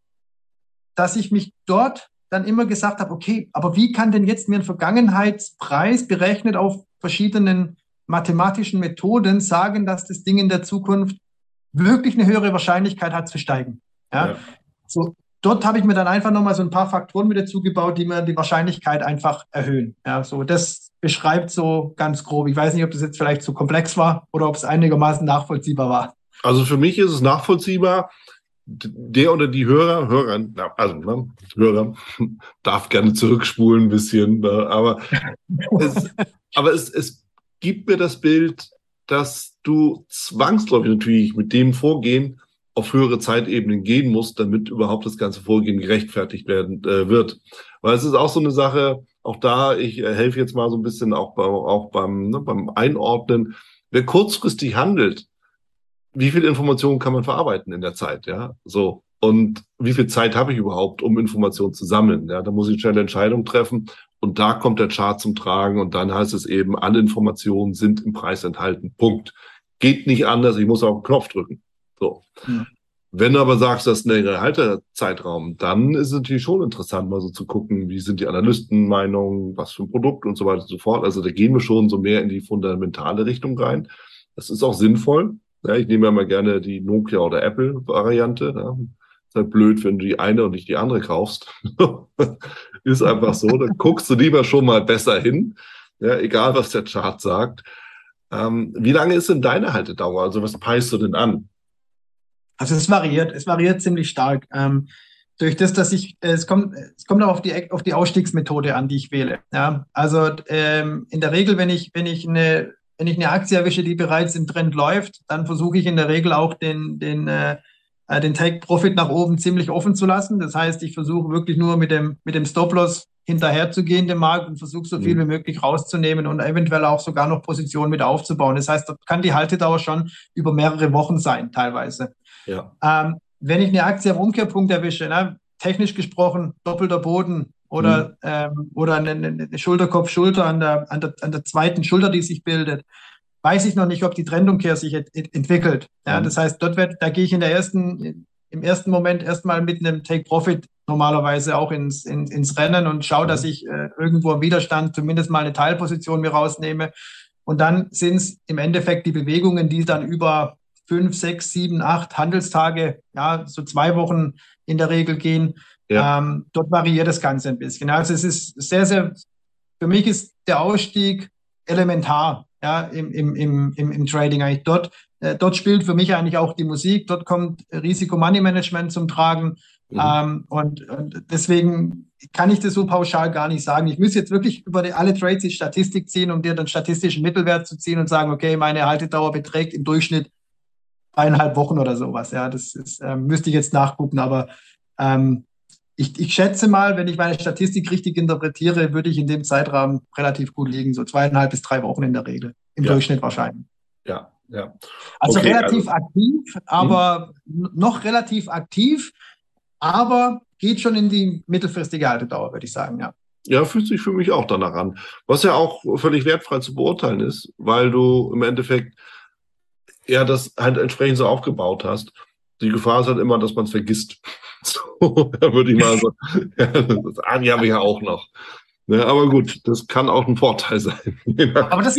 dass ich mich dort dann immer gesagt habe, okay, aber wie kann denn jetzt mir ein Vergangenheitspreis berechnet auf verschiedenen mathematischen Methoden sagen, dass das Ding in der Zukunft wirklich eine höhere Wahrscheinlichkeit hat zu steigen? Ja? Ja. So, dort habe ich mir dann einfach nochmal so ein paar Faktoren mit dazu gebaut, die mir die Wahrscheinlichkeit einfach erhöhen. Ja, so, das beschreibt so ganz grob. Ich weiß nicht, ob das jetzt vielleicht zu komplex war oder ob es einigermaßen nachvollziehbar war. Also für mich ist es nachvollziehbar. der oder die Hörer, Hörer, also ne, Hörer, darf gerne zurückspulen ein bisschen, ne, aber, es, aber es, es gibt mir das Bild, dass du zwangsläufig natürlich mit dem Vorgehen auf höhere Zeitebenen gehen musst, damit überhaupt das ganze Vorgehen gerechtfertigt werden äh, wird. Weil es ist auch so eine Sache, auch da, ich äh, helfe jetzt mal so ein bisschen auch, bei, auch beim, ne, beim Einordnen, wer kurzfristig handelt, wie viel Informationen kann man verarbeiten in der Zeit, ja, so. Und wie viel Zeit habe ich überhaupt, um Informationen zu sammeln? Ja, da muss ich schnell Entscheidungen treffen und da kommt der Chart zum Tragen und dann heißt es eben, alle Informationen sind im Preis enthalten. Punkt. Geht nicht anders, ich muss auf den Knopf drücken. So. Ja. Wenn du aber sagst, das ist ein längerer Haltezeitraum, dann ist es natürlich schon interessant, mal so zu gucken, wie sind die Analystenmeinungen, was für ein Produkt und so weiter und so fort. Also da gehen wir schon so mehr in die fundamentale Richtung rein. Das ist auch sinnvoll. Ja, ich nehme ja mal gerne die Nokia- oder Apple-Variante. Ja. Ist halt blöd, wenn du die eine und nicht die andere kaufst. Ist einfach so. Dann guckst du lieber schon mal besser hin. Ja, egal, was der Chart sagt. Ähm, wie lange ist denn deine Haltedauer? Also was peilst du denn an? Also es variiert, es variiert ziemlich stark. Ähm, durch das, dass ich, es kommt, es kommt auch auf die, auf die Ausstiegsmethode an, die ich wähle. Ja, also ähm, in der Regel, wenn ich, wenn ich eine, wenn ich eine Aktie erwische, die bereits im Trend läuft, dann versuche ich in der Regel auch den, den, äh, den Take-Profit nach oben ziemlich offen zu lassen. Das heißt, ich versuche wirklich nur mit dem, mit dem Stop-Loss hinterherzugehen dem Markt und versuche so viel wie möglich rauszunehmen und eventuell auch sogar noch Positionen mit aufzubauen. Das heißt, dort kann die Haltedauer schon über mehrere Wochen sein, teilweise. Ja. Ähm, wenn ich eine Aktie am Umkehrpunkt erwische, ne, technisch gesprochen doppelter Boden oder, mhm. ähm, oder eine, eine Schulter-Kopf-Schulter an der, an, der, an der zweiten Schulter, die sich bildet, weiß ich noch nicht, ob die Trendumkehr sich ent entwickelt. Ja, mhm. Das heißt, dort wird, da gehe ich in der ersten, im ersten Moment erstmal mit einem Take-Profit normalerweise auch ins, in, ins Rennen und schaue, mhm. dass ich äh, irgendwo im Widerstand zumindest mal eine Teilposition mir rausnehme. Und dann sind es im Endeffekt die Bewegungen, die dann über fünf, sechs, sieben, acht Handelstage, ja, so zwei Wochen in der Regel gehen. Ja. Ähm, dort variiert das Ganze ein bisschen. Also es ist sehr, sehr, für mich ist der Ausstieg elementar, ja, im, im, im, im, im Trading eigentlich. Dort, äh, dort spielt für mich eigentlich auch die Musik. Dort kommt Risiko-Money-Management zum Tragen. Mhm. Ähm, und, und deswegen kann ich das so pauschal gar nicht sagen. Ich muss jetzt wirklich über die, alle Trades die Statistik ziehen, um dir dann statistischen Mittelwert zu ziehen und sagen, okay, meine Haltedauer beträgt im Durchschnitt eineinhalb Wochen oder sowas. Ja, das ist, ähm, müsste ich jetzt nachgucken, aber ähm, ich, ich schätze mal, wenn ich meine Statistik richtig interpretiere, würde ich in dem Zeitrahmen relativ gut liegen, so zweieinhalb bis drei Wochen in der Regel, im ja. Durchschnitt wahrscheinlich. Ja, ja. Also okay, relativ also, aktiv, aber mh. noch relativ aktiv, aber geht schon in die mittelfristige Haltedauer, würde ich sagen, ja. Ja, fühlt sich für mich auch danach an. Was ja auch völlig wertfrei zu beurteilen ist, weil du im Endeffekt ja das halt entsprechend so aufgebaut hast. Die Gefahr ist halt immer, dass man es vergisst. So, da würde ich mal so, ja, das, ah, die habe ich ja auch noch. Ja, aber gut, das kann auch ein Vorteil sein. Aber das,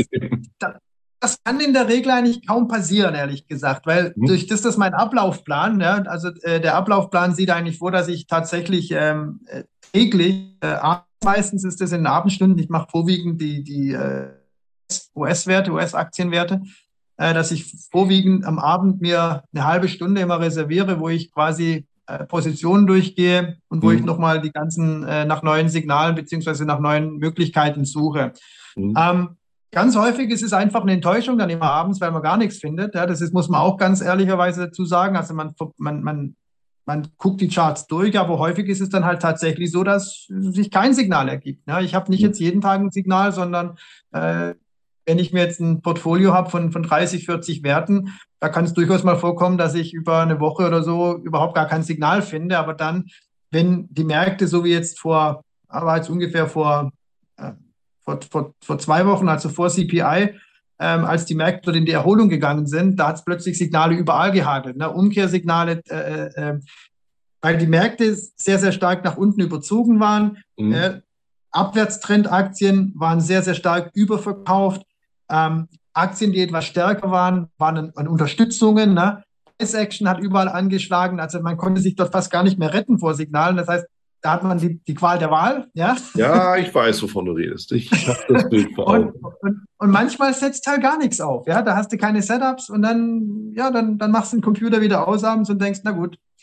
das kann in der Regel eigentlich kaum passieren, ehrlich gesagt, weil hm. durch das, dass mein Ablaufplan, ja, also äh, der Ablaufplan sieht eigentlich vor, dass ich tatsächlich ähm, täglich, äh, meistens ist das in den Abendstunden, ich mache vorwiegend die, die äh, U S-Werte, U S-Aktienwerte, dass ich vorwiegend am Abend mir eine halbe Stunde immer reserviere, wo ich quasi äh, Positionen durchgehe und wo mhm. ich nochmal die ganzen äh, nach neuen Signalen beziehungsweise nach neuen Möglichkeiten suche. Mhm. Ähm, ganz häufig ist es einfach eine Enttäuschung dann immer abends, weil man gar nichts findet. Ja, das ist, muss man auch ganz ehrlicherweise dazu sagen. Also man, man, man, man guckt die Charts durch, aber häufig ist es dann halt tatsächlich so, dass sich kein Signal ergibt. Ja, ich habe nicht mhm. jetzt jeden Tag ein Signal, sondern äh, wenn ich mir jetzt ein Portfolio habe von, von dreißig, vierzig Werten, da kann es durchaus mal vorkommen, dass ich über eine Woche oder so überhaupt gar kein Signal finde. Aber dann, wenn die Märkte, so wie jetzt vor, aber jetzt ungefähr vor, äh, vor, vor, vor zwei Wochen, also vor C P I, ähm, als die Märkte dort in die Erholung gegangen sind, da hat es plötzlich Signale überall gehagelt, ne? Umkehrsignale, äh, äh, weil die Märkte sehr, sehr stark nach unten überzogen waren. Mhm. Äh, Abwärtstrendaktien waren sehr, sehr stark überverkauft. Ähm, Aktien, die etwas stärker waren, waren an, an Unterstützungen. Ne? Price-Action hat überall angeschlagen. Also man konnte sich dort fast gar nicht mehr retten vor Signalen. Das heißt, da hat man die, die Qual der Wahl. Ja, ja, ich weiß, wovon du redest. Ich habe das Bild vor Augen. und, und, und manchmal setzt halt gar nichts auf. Ja, da hast du keine Setups und dann, ja, dann, dann machst du den Computer wieder aus abends und denkst, na gut,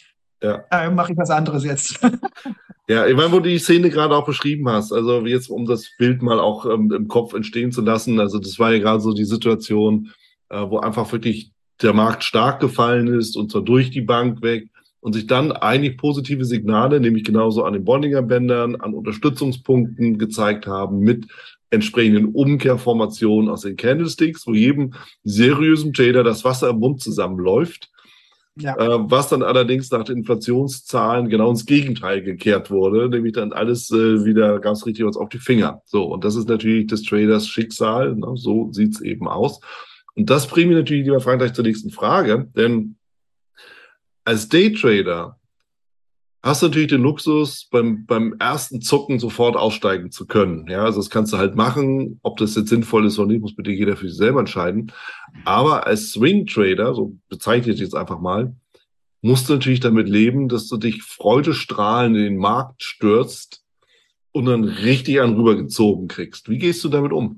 Ja. äh, mache ich was anderes jetzt. Ja, ich meine, wo du die Szene gerade auch beschrieben hast, also jetzt, um das Bild mal auch ähm, im Kopf entstehen zu lassen, also das war ja gerade so die Situation, äh, wo einfach wirklich der Markt stark gefallen ist und zwar durch die Bank weg und sich dann eigentlich positive Signale, nämlich genauso an den Bollinger-Bändern, an Unterstützungspunkten gezeigt haben mit entsprechenden Umkehrformationen aus den Candlesticks, wo jedem seriösen Trader das Wasser im Mund zusammenläuft. Ja. Äh, was dann allerdings nach den Inflationszahlen genau ins Gegenteil gekehrt wurde, nämlich dann alles äh, wieder ganz richtig was auf die Finger. So, und das ist natürlich des Traders Schicksal, ne? So sieht's eben aus. Und das bringt mich natürlich, lieber Frank, gleich zur nächsten Frage, denn als Daytrader hast du natürlich den Luxus, beim, beim ersten Zucken sofort aussteigen zu können. Ja, also das kannst du halt machen. Ob das jetzt sinnvoll ist oder nicht, muss bitte jeder für sich selber entscheiden. Aber als Swing Trader, so bezeichne ich jetzt einfach mal, musst du natürlich damit leben, dass du dich freudestrahlend in den Markt stürzt und dann richtig einen rübergezogen kriegst. Wie gehst du damit um?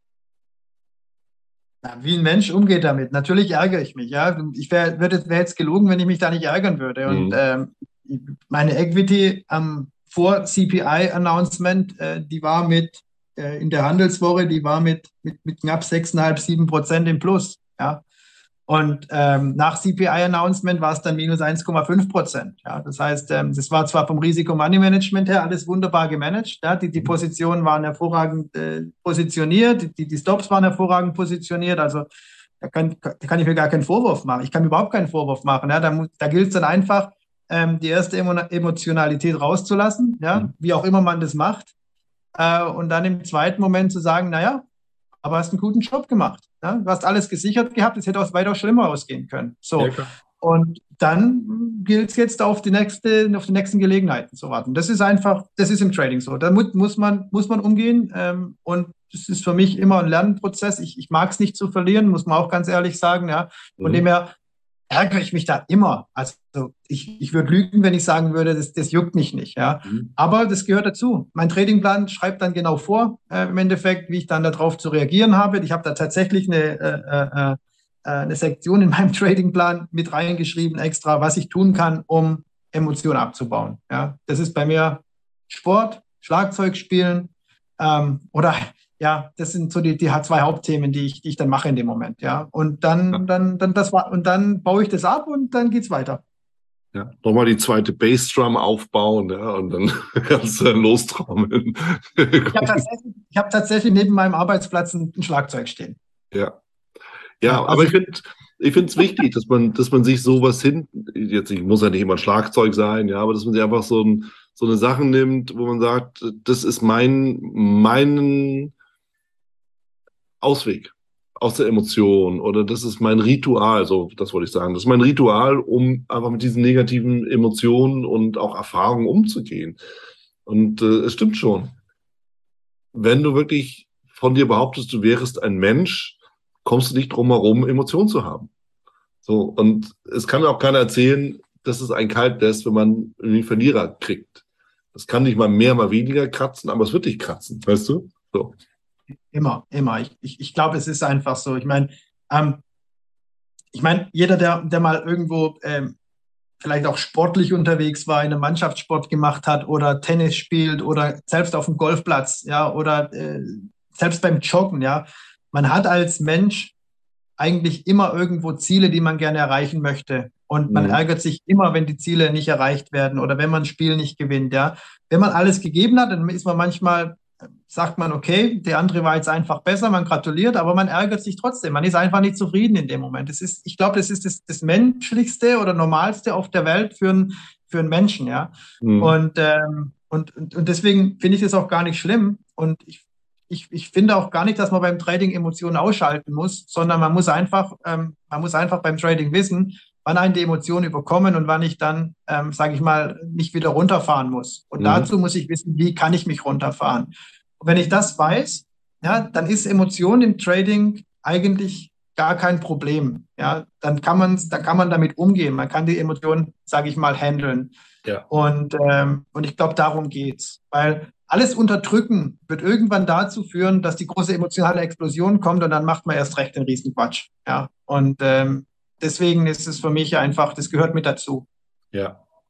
Ja, wie ein Mensch umgeht damit. Natürlich ärgere ich mich. Ja, ich wäre wäre jetzt gelogen, wenn ich mich da nicht ärgern würde. Und Mhm. ähm, meine Equity am vor C P I-Announcement, äh, die war mit äh, in der Handelswoche, die war mit, mit, mit knapp sechs Komma fünf, sieben Prozent im Plus. Ja. Und ähm, nach C P I-Announcement war es dann minus eins Komma fünf Prozent. Ja. Das heißt, ähm, das war zwar vom Risiko-Money-Management her alles wunderbar gemanagt. Ja. Die, die Positionen waren hervorragend äh, positioniert, die, die Stops waren hervorragend positioniert. Also da kann, da kann ich mir gar keinen Vorwurf machen. Ich kann mir überhaupt keinen Vorwurf machen. Ja. Da, mu- da gilt es dann einfach, ähm, die erste Emo Emotionalität rauszulassen, ja, Mhm. wie auch immer man das macht. Äh, und dann im zweiten Moment zu sagen, naja, aber hast einen guten Job gemacht. Ja? Du hast alles gesichert gehabt, es hätte auch weitaus schlimmer ausgehen können. Ja, So. klar. Und dann gilt es jetzt auf die nächste, auf die nächsten Gelegenheiten zu warten. Das ist einfach, das ist im Trading so. Da mu muss man, muss man umgehen. Ähm, und das ist für mich immer ein Lernprozess. Ich, ich mag es nicht zu verlieren, muss man auch ganz ehrlich sagen. Ja. Von dem Mhm. her ärgere ich mich da immer. Also ich, ich würde lügen, wenn ich sagen würde, das, das juckt mich nicht. Ja. Mhm. Aber das gehört dazu. Mein Tradingplan schreibt dann genau vor, äh, im Endeffekt, wie ich dann darauf zu reagieren habe. Ich habe da tatsächlich eine, äh, äh, äh, eine Sektion in meinem Tradingplan mit reingeschrieben, extra, was ich tun kann, um Emotionen abzubauen. Ja. Das ist bei mir Sport, Schlagzeug spielen ähm, oder ja, das sind so die, die zwei Hauptthemen, die ich, die ich dann mache in dem Moment, ja. Und Ja. dann, dann, dann das war, und dann baue ich das ab und dann geht's weiter. Ja. Nochmal die zweite Bassdrum aufbauen, ja, und dann kannst du lostrommeln. Ich habe tatsächlich, ich hab tatsächlich neben meinem Arbeitsplatz ein, ein Schlagzeug stehen. Ja. Ja, Ja, aber also ich finde, ich finde es wichtig, dass man, dass man sich sowas hin, jetzt ich muss ja nicht immer ein Schlagzeug sein, ja, aber dass man sich einfach so, ein, so eine Sache nimmt, wo man sagt, das ist mein, mein Ausweg aus der Emotion oder das ist mein Ritual, so das wollte ich sagen. Das ist mein Ritual, um einfach mit diesen negativen Emotionen und auch Erfahrungen umzugehen. Und äh, es stimmt schon. Wenn du wirklich von dir behauptest, du wärst ein Mensch, kommst du nicht drum herum, Emotionen zu haben. So, und es kann auch keiner erzählen, dass es ein Kalt lässt, wenn man einen Verlierer kriegt. Das kann nicht mal mehr, mal weniger kratzen, aber es wird dich kratzen, weißt du? So. immer, immer. Ich, ich, ich glaube, es ist einfach so. Ich meine, ähm, ich meine, jeder, der, der mal irgendwo ähm, vielleicht auch sportlich unterwegs war, in einem Mannschaftssport gemacht hat oder Tennis spielt oder selbst auf dem Golfplatz, ja, oder äh, selbst beim Joggen, ja. Man hat als Mensch eigentlich immer irgendwo Ziele, die man gerne erreichen möchte. Und man Mhm. ärgert sich immer, wenn die Ziele nicht erreicht werden oder wenn man ein Spiel nicht gewinnt, ja. Wenn man alles gegeben hat, dann ist man manchmal, sagt man, okay, der andere war jetzt einfach besser, man gratuliert, aber man ärgert sich trotzdem. Man ist einfach nicht zufrieden in dem Moment. Das ist, ich glaube, das ist das, das Menschlichste oder Normalste auf der Welt für einen, für einen Menschen, ja. Mhm. Und, ähm, und, und, und deswegen finde ich das auch gar nicht schlimm. Und ich ich, ich finde auch gar nicht, dass man beim Trading Emotionen ausschalten muss, sondern man muss einfach, ähm, man muss einfach beim Trading wissen, wann einen die Emotionen überkommen und wann ich dann, ähm, sage ich mal, nicht wieder runterfahren muss. Und Mhm. dazu muss ich wissen, wie kann ich mich runterfahren. Und wenn ich das weiß, ja, dann ist Emotion im Trading eigentlich gar kein Problem. Ja, dann kann man, dann kann man damit umgehen. Man kann die Emotionen, sage ich mal, handeln. Ja. Und, ähm, und ich glaube, darum geht's. Weil alles Unterdrücken wird irgendwann dazu führen, dass die große emotionale Explosion kommt und dann macht man erst recht den Riesenquatsch. Ja. Und ähm, deswegen ist es für mich einfach, das gehört mit dazu. Ja.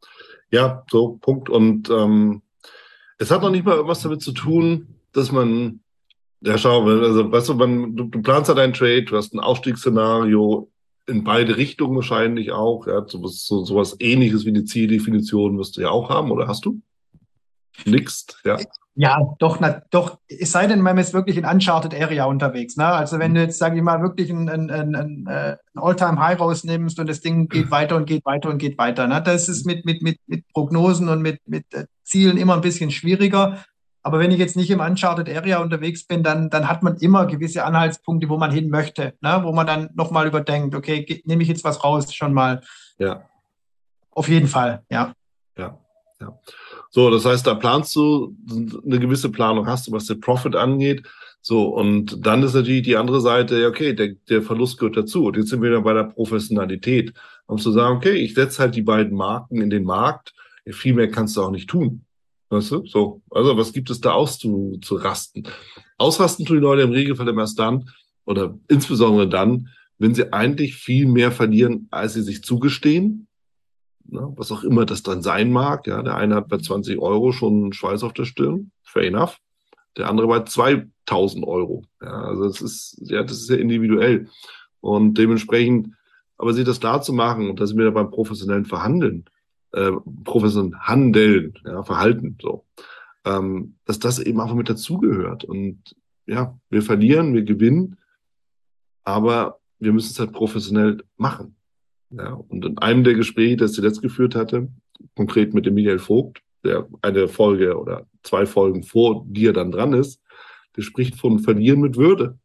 Ja, so, Punkt. Und ähm, es hat noch nicht mal irgendwas damit zu tun, dass man, ja, schau, also, weißt du, man, du, du planst ja deinen Trade, du hast ein Ausstiegsszenario in beide Richtungen wahrscheinlich auch, ja, sowas, so, sowas Ähnliches wie eine Zieldefinition wirst du ja auch haben, oder hast du? Nix, ja. Ja, doch, na, doch, es sei denn, man ist wirklich in Uncharted Area unterwegs. Ne? Also wenn du jetzt, sage ich mal, wirklich ein, ein, ein, ein, äh, ein All-Time-High rausnimmst und das Ding geht weiter und geht weiter und geht weiter. Ne? Das ist mit, mit, mit, mit Prognosen und mit, mit äh, Zielen immer ein bisschen schwieriger. Aber wenn ich jetzt nicht im Uncharted Area unterwegs bin, dann, dann hat man immer gewisse Anhaltspunkte, wo man hin möchte, ne? Wo man dann nochmal überdenkt, okay, ge- nehme ich jetzt was raus, schon mal. Ja, Auf jeden Fall, ja. ja, ja. So, das heißt, da planst du eine gewisse Planung hast du, was den Profit angeht. So, und dann ist natürlich die andere Seite, ja, okay, der, der Verlust gehört dazu. Und jetzt sind wir wieder bei der Professionalität. Um zu sagen, okay, ich setze halt die beiden Marken in den Markt. Ja, viel mehr kannst du auch nicht tun. Weißt du? So, also was gibt es da auszurasten? Ausrasten tun die Leute im Regelfall immer erst dann, oder insbesondere dann, wenn sie eigentlich viel mehr verlieren, als sie sich zugestehen. Ne, was auch immer das dann sein mag. Ja, der eine hat bei zwanzig Euro schon Schweiß auf der Stirn, fair enough. Der andere bei zweitausend Euro. Ja, also das ist, ja, das ist ja individuell. Und dementsprechend, aber sich das klar zu machen, und da sind wir ja beim professionellen Verhandeln, äh, professionellen Handeln, ja, Verhalten, so, ähm, dass das eben einfach mit dazugehört. Und ja, wir verlieren, wir gewinnen, aber wir müssen es halt professionell machen. Ja, und in einem der Gespräche, das ich zuletzt geführt hatte, konkret mit dem Michael Vogt, der eine Folge oder zwei Folgen vor dir dann dran ist, der spricht von Verlieren mit Würde.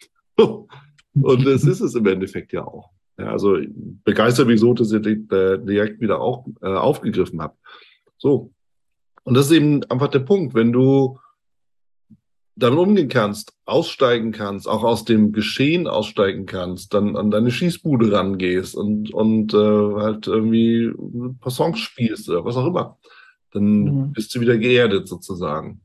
Und das ist es im Endeffekt ja auch. Ja, also begeistert mich so, dass ihr den äh, direkt wieder auch äh, aufgegriffen habt. So. Und das ist eben einfach der Punkt, wenn du damit umgehen kannst, aussteigen kannst, auch aus dem Geschehen aussteigen kannst, dann an deine Schießbude rangehst und, und äh, halt irgendwie ein paar Songs spielst oder was auch immer, dann Mhm. bist du wieder geerdet sozusagen.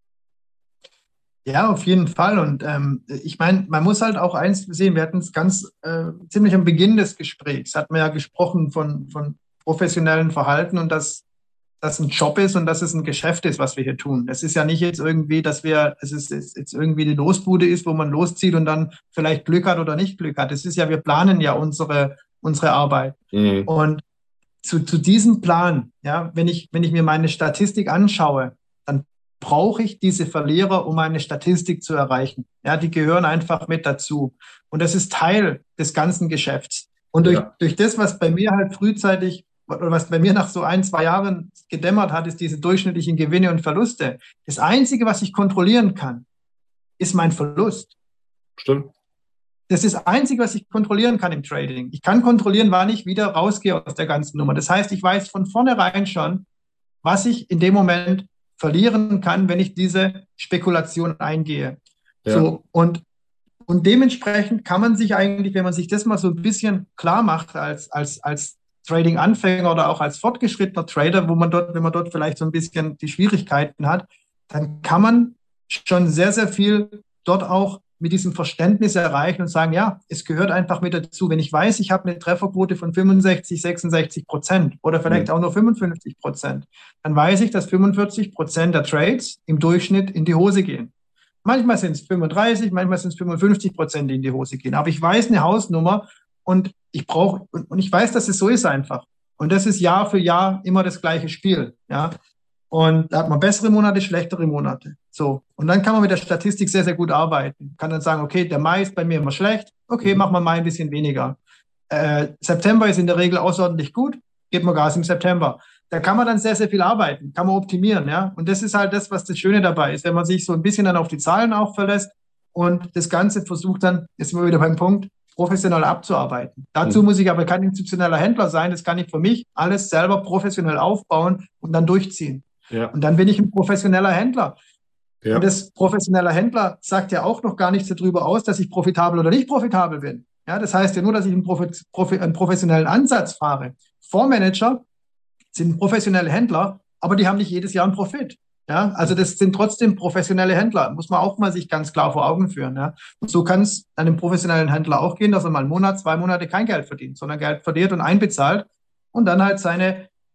Ja, auf jeden Fall. Und ähm, ich meine, man muss halt auch eins sehen, wir hatten es ganz äh, ziemlich am Beginn des Gesprächs, hat man ja gesprochen von, von professionellem Verhalten und dass das ein Job ist und dass es ein Geschäft ist, was wir hier tun. Es ist ja nicht jetzt irgendwie, dass wir, es ist es jetzt irgendwie die Losbude ist, wo man loszieht und dann vielleicht Glück hat oder nicht Glück hat. Es ist ja, wir planen ja unsere, unsere Arbeit. Mhm. Und zu, zu diesem Plan, ja, wenn ich, wenn ich mir meine Statistik anschaue, dann brauche ich diese Verlierer, um eine Statistik zu erreichen. Ja, die gehören einfach mit dazu. Und das ist Teil des ganzen Geschäfts. Und durch, Ja, durch das, was bei mir halt frühzeitig, oder was bei mir nach so ein, zwei Jahren gedämmert hat, ist diese durchschnittlichen Gewinne und Verluste. Das Einzige, was ich kontrollieren kann, ist mein Verlust. stimmt. Das ist das Einzige, was ich kontrollieren kann im Trading. Ich kann kontrollieren, wann ich wieder rausgehe aus der ganzen Nummer. Das heißt, ich weiß von vornherein schon, was ich in dem Moment verlieren kann, wenn ich diese Spekulation eingehe. Ja, So, und, und dementsprechend kann man sich eigentlich, wenn man sich das mal so ein bisschen klar macht als, als, als Trading-Anfänger oder auch als fortgeschrittener Trader, wo man dort, wenn man dort vielleicht so ein bisschen die Schwierigkeiten hat, dann kann man schon sehr, sehr viel dort auch mit diesem Verständnis erreichen und sagen, ja, es gehört einfach mit dazu. Wenn ich weiß, ich habe eine Trefferquote von fünfundsechzig, sechsundsechzig Prozent oder vielleicht mhm. auch nur fünfundfünfzig Prozent, dann weiß ich, dass fünfundvierzig Prozent der Trades im Durchschnitt in die Hose gehen. Manchmal sind es fünfunddreißig, manchmal sind es fünfundfünfzig Prozent, die in die Hose gehen. Aber ich weiß eine Hausnummer und ich brauche, und, und ich weiß, dass es so ist einfach. Und das ist Jahr für Jahr immer das gleiche Spiel. Ja. Und da hat man bessere Monate, schlechtere Monate. So. Und dann kann man mit der Statistik sehr, sehr gut arbeiten. Kann dann sagen, okay, der Mai ist bei mir immer schlecht. Okay, Mhm. machen wir Mai ein bisschen weniger. Äh, September ist in der Regel außerordentlich gut. Gibt man Gas im September. Da kann man dann sehr, sehr viel arbeiten. Kann man optimieren, ja. Und das ist halt das, was das Schöne dabei ist. Wenn man sich so ein bisschen dann auf die Zahlen auch verlässt und das Ganze versucht dann, jetzt sind wir wieder beim Punkt, professionell abzuarbeiten. Dazu Mhm. muss ich aber kein institutioneller Händler sein. Das kann ich für mich alles selber professionell aufbauen und dann durchziehen. Ja, Und dann bin ich ein professioneller Händler. Und ja, das professionelle Händler sagt ja auch noch gar nichts darüber aus, dass ich profitabel oder nicht profitabel bin. Ja, das heißt ja nur, dass ich einen, Profi, Profi, einen professionellen Ansatz fahre. Fondsmanager sind professionelle Händler, aber die haben nicht jedes Jahr einen Profit. Ja, also das sind trotzdem professionelle Händler, muss man auch mal sich ganz klar vor Augen führen. Ja. Und so kann es einem professionellen Händler auch gehen, dass er mal einen Monat, zwei Monate kein Geld verdient, sondern Geld verdient und einbezahlt und dann halt seine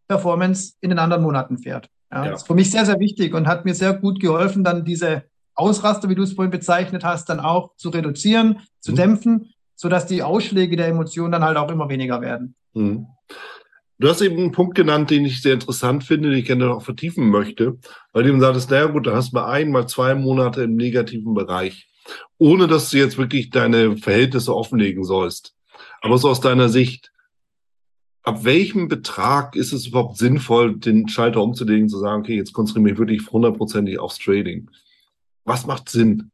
Performance in den anderen Monaten fährt. Ja, Ja. das ist für mich sehr, sehr wichtig und hat mir sehr gut geholfen, dann diese Ausraster, wie du es vorhin bezeichnet hast, dann auch zu reduzieren, zu Mhm. dämpfen, sodass die Ausschläge der Emotionen dann halt auch immer weniger werden. Mhm. Du hast eben einen Punkt genannt, den ich sehr interessant finde, den ich gerne noch vertiefen möchte, weil du eben sagtest, naja gut, da hast du mal ein, mal zwei Monate im negativen Bereich, ohne dass du jetzt wirklich deine Verhältnisse offenlegen sollst. Aber so aus deiner Sicht, ab welchem Betrag ist es überhaupt sinnvoll, den Schalter umzulegen, zu sagen, okay, jetzt konzentriere ich mich wirklich hundertprozentig aufs Trading? Was macht Sinn?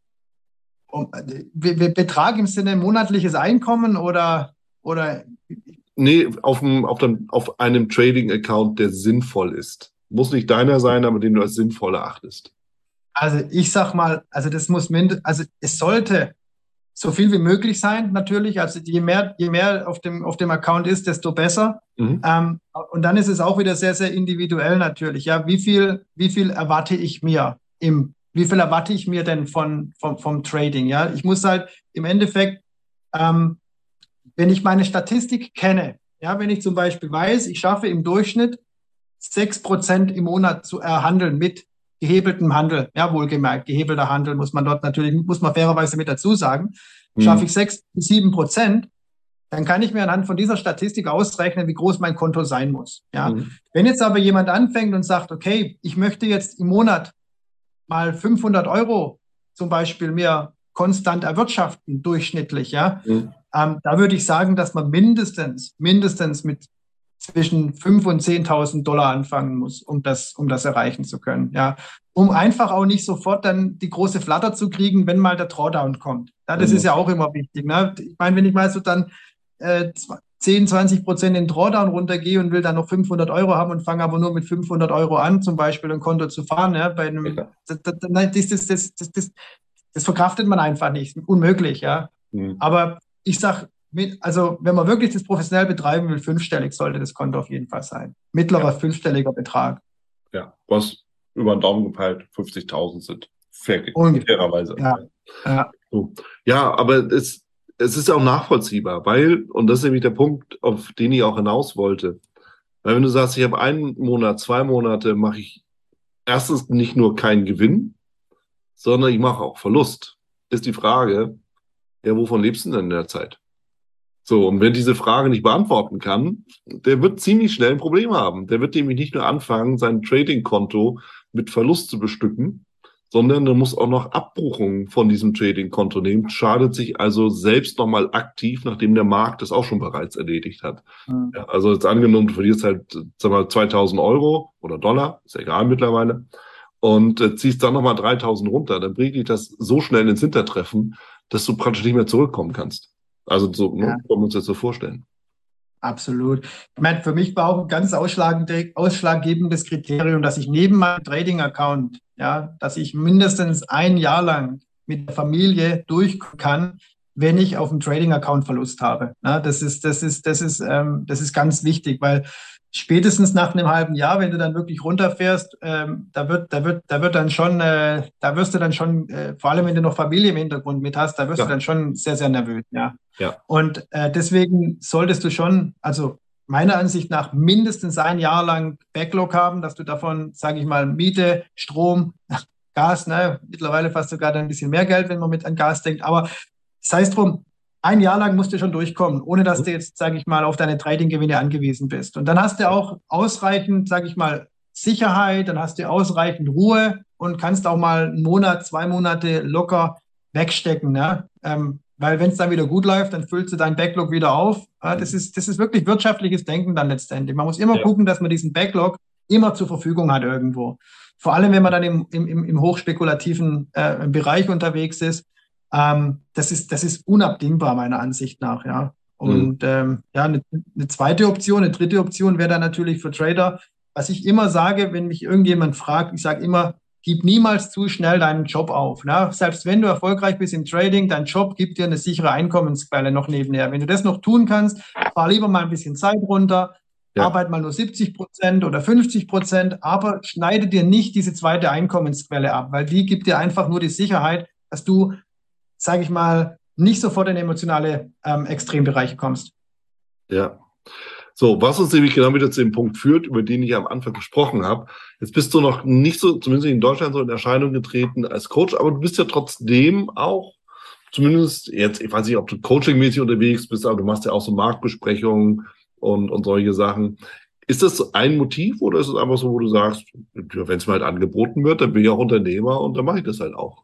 Um, äh, Be- Be- Betrag im Sinne monatliches Einkommen oder, oder Nee, auf dem, auf dem, auf einem Trading-Account, der sinnvoll ist. Muss nicht deiner sein, aber den du als sinnvoll erachtest. also ich sag mal, also das muss mind, also es sollte so viel wie möglich sein, natürlich. Also je mehr, je mehr auf dem, auf dem Account ist, desto besser. Mhm. Ähm, und dann ist es auch wieder sehr, sehr individuell natürlich. Ja, wie viel, wie viel erwarte ich mir im, wie viel erwarte ich mir denn von, vom, vom Trading? Ja, ich muss halt im Endeffekt, ähm, wenn ich meine Statistik kenne, ja, wenn ich zum Beispiel weiß, ich schaffe im Durchschnitt sechs Prozent im Monat zu erhandeln mit gehebeltem Handel. Ja, wohlgemerkt, gehebelter Handel muss man dort natürlich, muss man fairerweise mit dazu sagen. Schaffe Mhm. ich sechs bis sieben Prozent, dann kann ich mir anhand von dieser Statistik ausrechnen, wie groß mein Konto sein muss. Ja. Mhm. Wenn jetzt aber jemand anfängt und sagt, okay, ich möchte jetzt im Monat mal fünfhundert Euro zum Beispiel mir konstant erwirtschaften, durchschnittlich, ja, Mhm. ähm, da würde ich sagen, dass man mindestens, mindestens mit zwischen fünftausend und zehntausend Dollar anfangen muss, um das, um das erreichen zu können. Ja, um einfach auch nicht sofort dann die große Flatter zu kriegen, wenn mal der Drawdown kommt. Ja, das ist Mhm. ja auch immer wichtig. Ne? Ich meine, wenn ich mal so dann äh, zehn, zwanzig Prozent in den Drawdown runtergehe und will dann noch fünfhundert Euro haben und fange aber nur mit fünfhundert Euro an, zum Beispiel ein Konto zu fahren, ja, bei einem, Ja. das, das, das, das, das, das, das verkraftet man einfach nicht. Unmöglich, ja. Mhm. Aber ich sag, also wenn man wirklich das professionell betreiben will, fünfstellig sollte das Konto auf jeden Fall sein. Mittlerer Ja. fünfstelliger Betrag. Ja, was über den Daumen gepeilt fünfzigtausend sind. Fair, Ungefähr. fairerweise. Ja, ja, So. Ja, aber es, es ist ja auch nachvollziehbar, weil, und das ist nämlich der Punkt, auf den ich auch hinaus wollte, weil wenn du sagst, ich habe einen Monat, zwei Monate, mache ich erstens nicht nur keinen Gewinn, sondern ich mache auch Verlust, ist die Frage, ja, wovon lebst du denn in der Zeit? So, und wenn diese Frage nicht beantworten kann, der wird ziemlich schnell ein Problem haben. Der wird nämlich nicht nur anfangen, sein Trading-Konto mit Verlust zu bestücken, sondern er muss auch noch Abbuchungen von diesem Trading-Konto nehmen, schadet sich also selbst nochmal aktiv, nachdem der Markt das auch schon bereits erledigt hat. Mhm. Ja, also jetzt angenommen, du verlierst halt, sag mal, zweitausend Euro oder Dollar, ist ja egal mittlerweile, und äh, ziehst dann nochmal dreitausend runter, dann bringt dich das so schnell ins Hintertreffen, dass du praktisch nicht mehr zurückkommen kannst. Also so, ne, ja, können wir uns das so vorstellen. absolut. Ich meine, für mich war auch ein ganz ausschlagende- ausschlaggebendes Kriterium, dass ich neben meinem Trading-Account, ja, dass ich mindestens ein Jahr lang mit der Familie durch kann, wenn ich auf dem Trading-Account Verlust habe. Ja, das ist, das ist, das ist, ähm, das ist ganz wichtig, weil spätestens nach einem halben Jahr, wenn du dann wirklich runterfährst, ähm, da wird, da wird, da wird dann schon, äh, da wirst du dann schon, äh, vor allem wenn du noch Familie im Hintergrund mit hast, da wirst du Ja, dann schon sehr, sehr nervös, ja. ja. Und äh, deswegen solltest du schon, also meiner Ansicht nach, mindestens ein Jahr lang Backlog haben, dass du davon, sage ich mal, Miete, Strom, Gas, ne, mittlerweile fast sogar dann ein bisschen mehr Geld, wenn man mit an Gas denkt, aber sei es drum, ein Jahr lang musst du schon durchkommen, ohne dass du jetzt, sage ich mal, auf deine Trading-Gewinne angewiesen bist. Und dann hast du auch ausreichend, sage ich mal, Sicherheit, dann hast du ausreichend Ruhe und kannst auch mal einen Monat, zwei Monate locker wegstecken. Ne? Ähm, weil wenn es dann wieder gut läuft, dann füllst du deinen Backlog wieder auf. Ja, das ist, das ist wirklich wirtschaftliches Denken dann letztendlich. Man muss immer Ja. gucken, dass man diesen Backlog immer zur Verfügung hat irgendwo. Vor allem, wenn man dann im, im, im hochspekulativen äh, Bereich unterwegs ist. Ähm, das ist, das ist unabdingbar, meiner Ansicht nach, ja. Mhm. Und ähm, ja, eine, eine zweite Option, eine dritte Option wäre dann natürlich für Trader, was ich immer sage, wenn mich irgendjemand fragt, ich sage immer, gib niemals zu schnell deinen Job auf. Ne? Selbst wenn du erfolgreich bist im Trading, dein Job gibt dir eine sichere Einkommensquelle noch nebenher. Wenn du das noch tun kannst, fahr lieber mal ein bisschen Zeit runter, Ja. arbeit mal nur siebzig Prozent oder fünfzig Prozent, aber schneide dir nicht diese zweite Einkommensquelle ab, weil die gibt dir einfach nur die Sicherheit, dass du, sage ich mal, nicht sofort in emotionale ähm, Extrembereiche kommst. Ja. So, was uns nämlich genau wieder zu dem Punkt führt, über den ich am Anfang gesprochen habe. Jetzt bist du noch nicht so, zumindest in Deutschland, so in Erscheinung getreten als Coach, aber du bist ja trotzdem auch, zumindest jetzt, ich weiß nicht, ob du coachingmäßig unterwegs bist, aber du machst ja auch so Marktbesprechungen und, und solche Sachen. Ist das ein Motiv oder ist es einfach so, wo du sagst, wenn es mir halt angeboten wird, dann bin ich auch Unternehmer und dann mache ich das halt auch?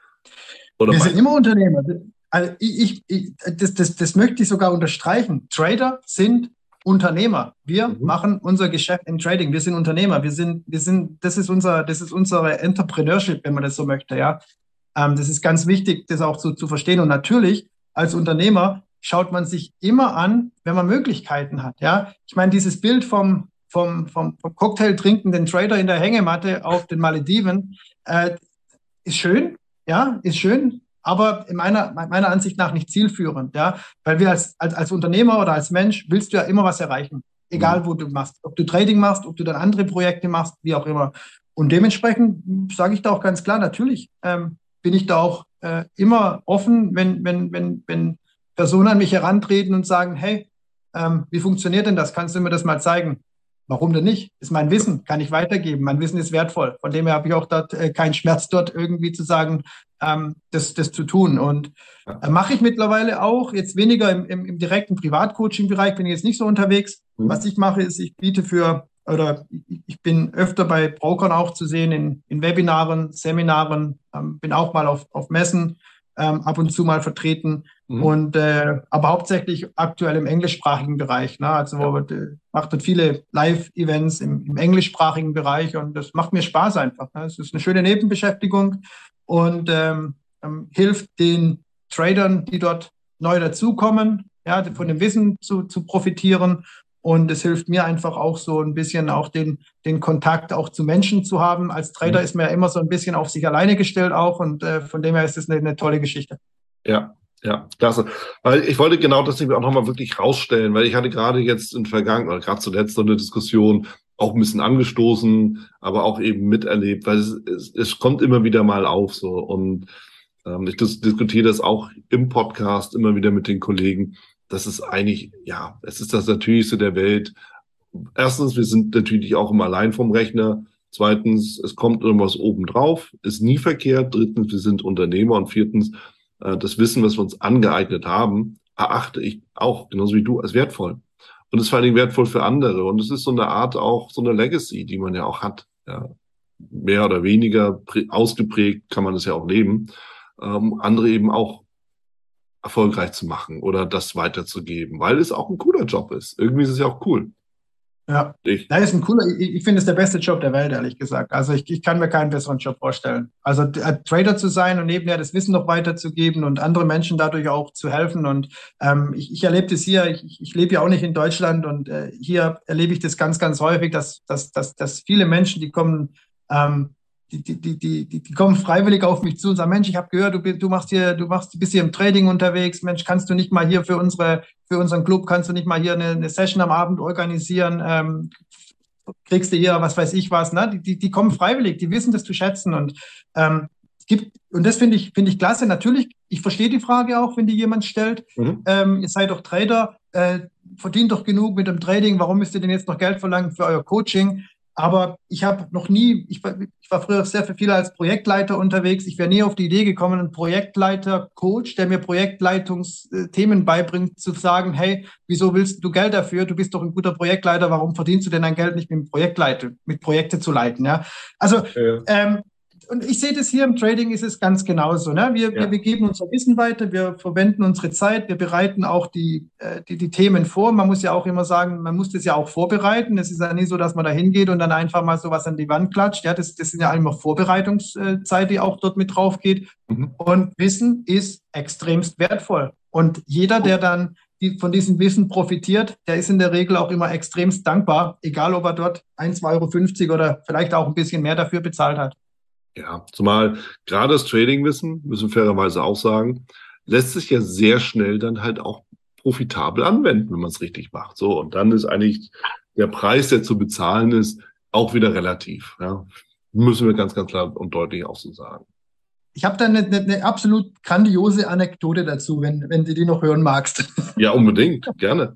Oder Wir mein- sind immer Unternehmer. Also ich, ich, das, das, das möchte ich sogar unterstreichen. Trader sind Unternehmer. Wir Mhm. machen unser Geschäft im Trading. Wir sind Unternehmer. Wir sind, wir sind, das ist unser, das ist unsere Entrepreneurship, wenn man das so möchte, ja. Ähm, das ist ganz wichtig, das auch so zu verstehen. Und natürlich, als Unternehmer schaut man sich immer an, wenn man Möglichkeiten hat, ja. Ich meine, dieses Bild vom, vom, vom, vom Cocktail trinkenden Trader in der Hängematte auf den Malediven, äh, ist schön, ja, ist schön, aber in meiner, meiner Ansicht nach nicht zielführend, ja, weil wir als, als, als Unternehmer oder als Mensch willst du ja immer was erreichen, egal wo du machst, ob du Trading machst, ob du dann andere Projekte machst, wie auch immer. Und dementsprechend sage ich da auch ganz klar, natürlich ähm, bin ich da auch äh, immer offen, wenn, wenn, wenn, wenn Personen an mich herantreten und sagen, hey, ähm, wie funktioniert denn das? Kannst du mir das mal zeigen? Warum denn nicht? Ist mein Wissen, kann ich weitergeben. Mein Wissen ist wertvoll. Von dem her habe ich auch dort äh, keinen Schmerz, dort irgendwie zu sagen, ähm, das, das zu tun. Und äh, mache ich mittlerweile auch, jetzt weniger im, im, im direkten Privatcoaching-Bereich, bin ich jetzt nicht so unterwegs. Mhm. Was ich mache, ist, ich biete für, oder ich, ich bin öfter bei Brokern auch zu sehen, in, in Webinaren, Seminaren, ähm, bin auch mal auf, auf Messen ähm, ab und zu mal vertreten. Mhm. Und äh, aber hauptsächlich aktuell im englischsprachigen Bereich. Ne? Also wo wir, äh, macht dort viele Live-Events im, im englischsprachigen Bereich und das macht mir Spaß einfach. Ne? Es ist eine schöne Nebenbeschäftigung und ähm, ähm, hilft den Tradern, die dort neu dazukommen, ja, von dem Wissen zu, zu profitieren. Und es hilft mir einfach auch so ein bisschen auch den, den Kontakt auch zu Menschen zu haben. Als Trader Mhm. ist man ja immer so ein bisschen auf sich alleine gestellt auch und äh, von dem her ist es eine, eine tolle Geschichte. Ja, ja, klasse. Weil ich wollte genau das nämlich auch nochmal wirklich rausstellen, weil ich hatte gerade jetzt in Vergangenheit, oder gerade zuletzt so eine Diskussion auch ein bisschen angestoßen, aber auch eben miterlebt, weil es, es, es kommt immer wieder mal auf so und ähm, ich dis diskutiere das auch im Podcast immer wieder mit den Kollegen. Das ist eigentlich, ja, es ist das Natürlichste der Welt. Erstens, wir sind natürlich auch immer allein vom Rechner. Zweitens, es kommt irgendwas obendrauf, ist nie verkehrt. Drittens, wir sind Unternehmer. Und viertens, äh, das Wissen, was wir uns angeeignet haben, erachte ich auch, genauso wie du, als wertvoll. Und ist vor allen Dingen wertvoll für andere. Und es ist so eine Art auch, so eine Legacy, die man ja auch hat. Ja. Mehr oder weniger ausgeprägt kann man das ja auch leben. Ähm, andere eben auch erfolgreich zu machen oder das weiterzugeben, weil es auch ein cooler Job ist. Irgendwie ist es ja auch cool. Ja, Ich. das ist ein cooler, ich, ich finde es der beste Job der Welt, ehrlich gesagt. Also ich, ich kann mir keinen besseren Job vorstellen. Also äh, Trader zu sein und nebenher das Wissen noch weiterzugeben und andere Menschen dadurch auch zu helfen. Und ähm, ich, ich erlebe das hier, ich, ich lebe ja auch nicht in Deutschland und äh, hier erlebe ich das ganz, ganz häufig, dass, dass, dass, dass viele Menschen, die kommen, ähm, die, die, die, die, die kommen freiwillig auf mich zu und sagen, Mensch, ich habe gehört, du, du machst hier, du machst, du bist hier im Trading unterwegs, Mensch, kannst du nicht mal hier für unsere, für unseren Club, kannst du nicht mal hier eine, eine Session am Abend organisieren, ähm, kriegst du hier, was weiß ich was, ne? Die, die, die kommen freiwillig, die wissen das zu schätzen und ähm, es gibt, und das finde ich, finde ich klasse. Natürlich, ich verstehe die Frage auch, wenn die jemand stellt, Mhm. ähm, ihr seid doch Trader, äh, verdient doch genug mit dem Trading, warum müsst ihr denn jetzt noch Geld verlangen für euer Coaching? Aber ich habe noch nie, ich war, ich war früher sehr viel als Projektleiter unterwegs. Ich wäre nie auf die Idee gekommen, einen Projektleiter, Coach, der mir Projektleitungsthemen beibringt, zu sagen, hey, wieso willst du Geld dafür? Du bist doch ein guter Projektleiter. Warum verdienst du denn dein Geld nicht mit dem Projektleiter, mit Projekte zu leiten? Ja, also, Ja. ähm, und ich sehe das hier im Trading ist es ganz genauso. Ne? Wir, Ja. wir, wir geben unser Wissen weiter, wir verwenden unsere Zeit, wir bereiten auch die, äh, die, die Themen vor. Man muss ja auch immer sagen, man muss das ja auch vorbereiten. Es ist ja nicht so, dass man da hingeht und dann einfach mal sowas an die Wand klatscht. Ja, das, das sind ja immer Vorbereitungszeit, die auch dort mit drauf geht. Mhm. Und Wissen ist extremst wertvoll. Und jeder, der dann die, von diesem Wissen profitiert, der ist in der Regel auch immer extremst dankbar, egal ob er dort ein, zwei Euro fünfzig oder vielleicht auch ein bisschen mehr dafür bezahlt hat. Ja, zumal gerade das Tradingwissen, müssen wir fairerweise auch sagen, lässt sich ja sehr schnell dann halt auch profitabel anwenden, wenn man es richtig macht. So, und dann ist eigentlich der Preis, der zu bezahlen ist, auch wieder relativ. Ja, müssen wir ganz, ganz klar und deutlich auch so sagen. Ich habe da eine, eine, eine absolut grandiose Anekdote dazu, wenn, wenn du die noch hören magst. Ja, unbedingt, gerne.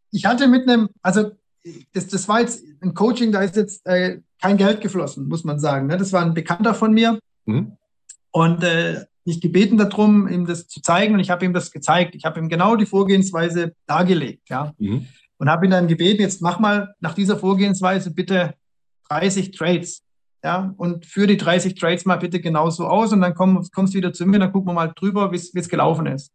ich hatte mit einem, also das, das war jetzt ein Coaching, da ist jetzt äh, kein Geld geflossen, muss man sagen. Ne? Das war ein Bekannter von mir Mhm. und äh, mich gebeten darum, ihm das zu zeigen und ich habe ihm das gezeigt. Ich habe ihm genau die Vorgehensweise dargelegt, ja. Mhm. Und habe ihn dann gebeten, jetzt mach mal nach dieser Vorgehensweise bitte dreißig Trades. Ja, und führe die dreißig Trades mal bitte genauso aus und dann komm, kommst du wieder zu mir, dann gucken wir mal drüber, wie es gelaufen ist.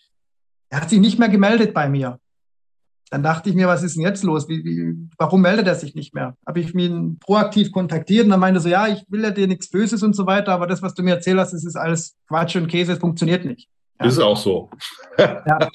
Er hat sich nicht mehr gemeldet bei mir. Dann dachte ich mir, was ist denn jetzt los? Wie, wie, warum meldet er sich nicht mehr? Habe ich ihn proaktiv kontaktiert und dann meinte er so, ja, ich will ja dir nichts Böses und so weiter, aber das, was du mir erzählt hast, das ist alles Quatsch und Käse, es funktioniert nicht. Ja. Ist auch so. Ja,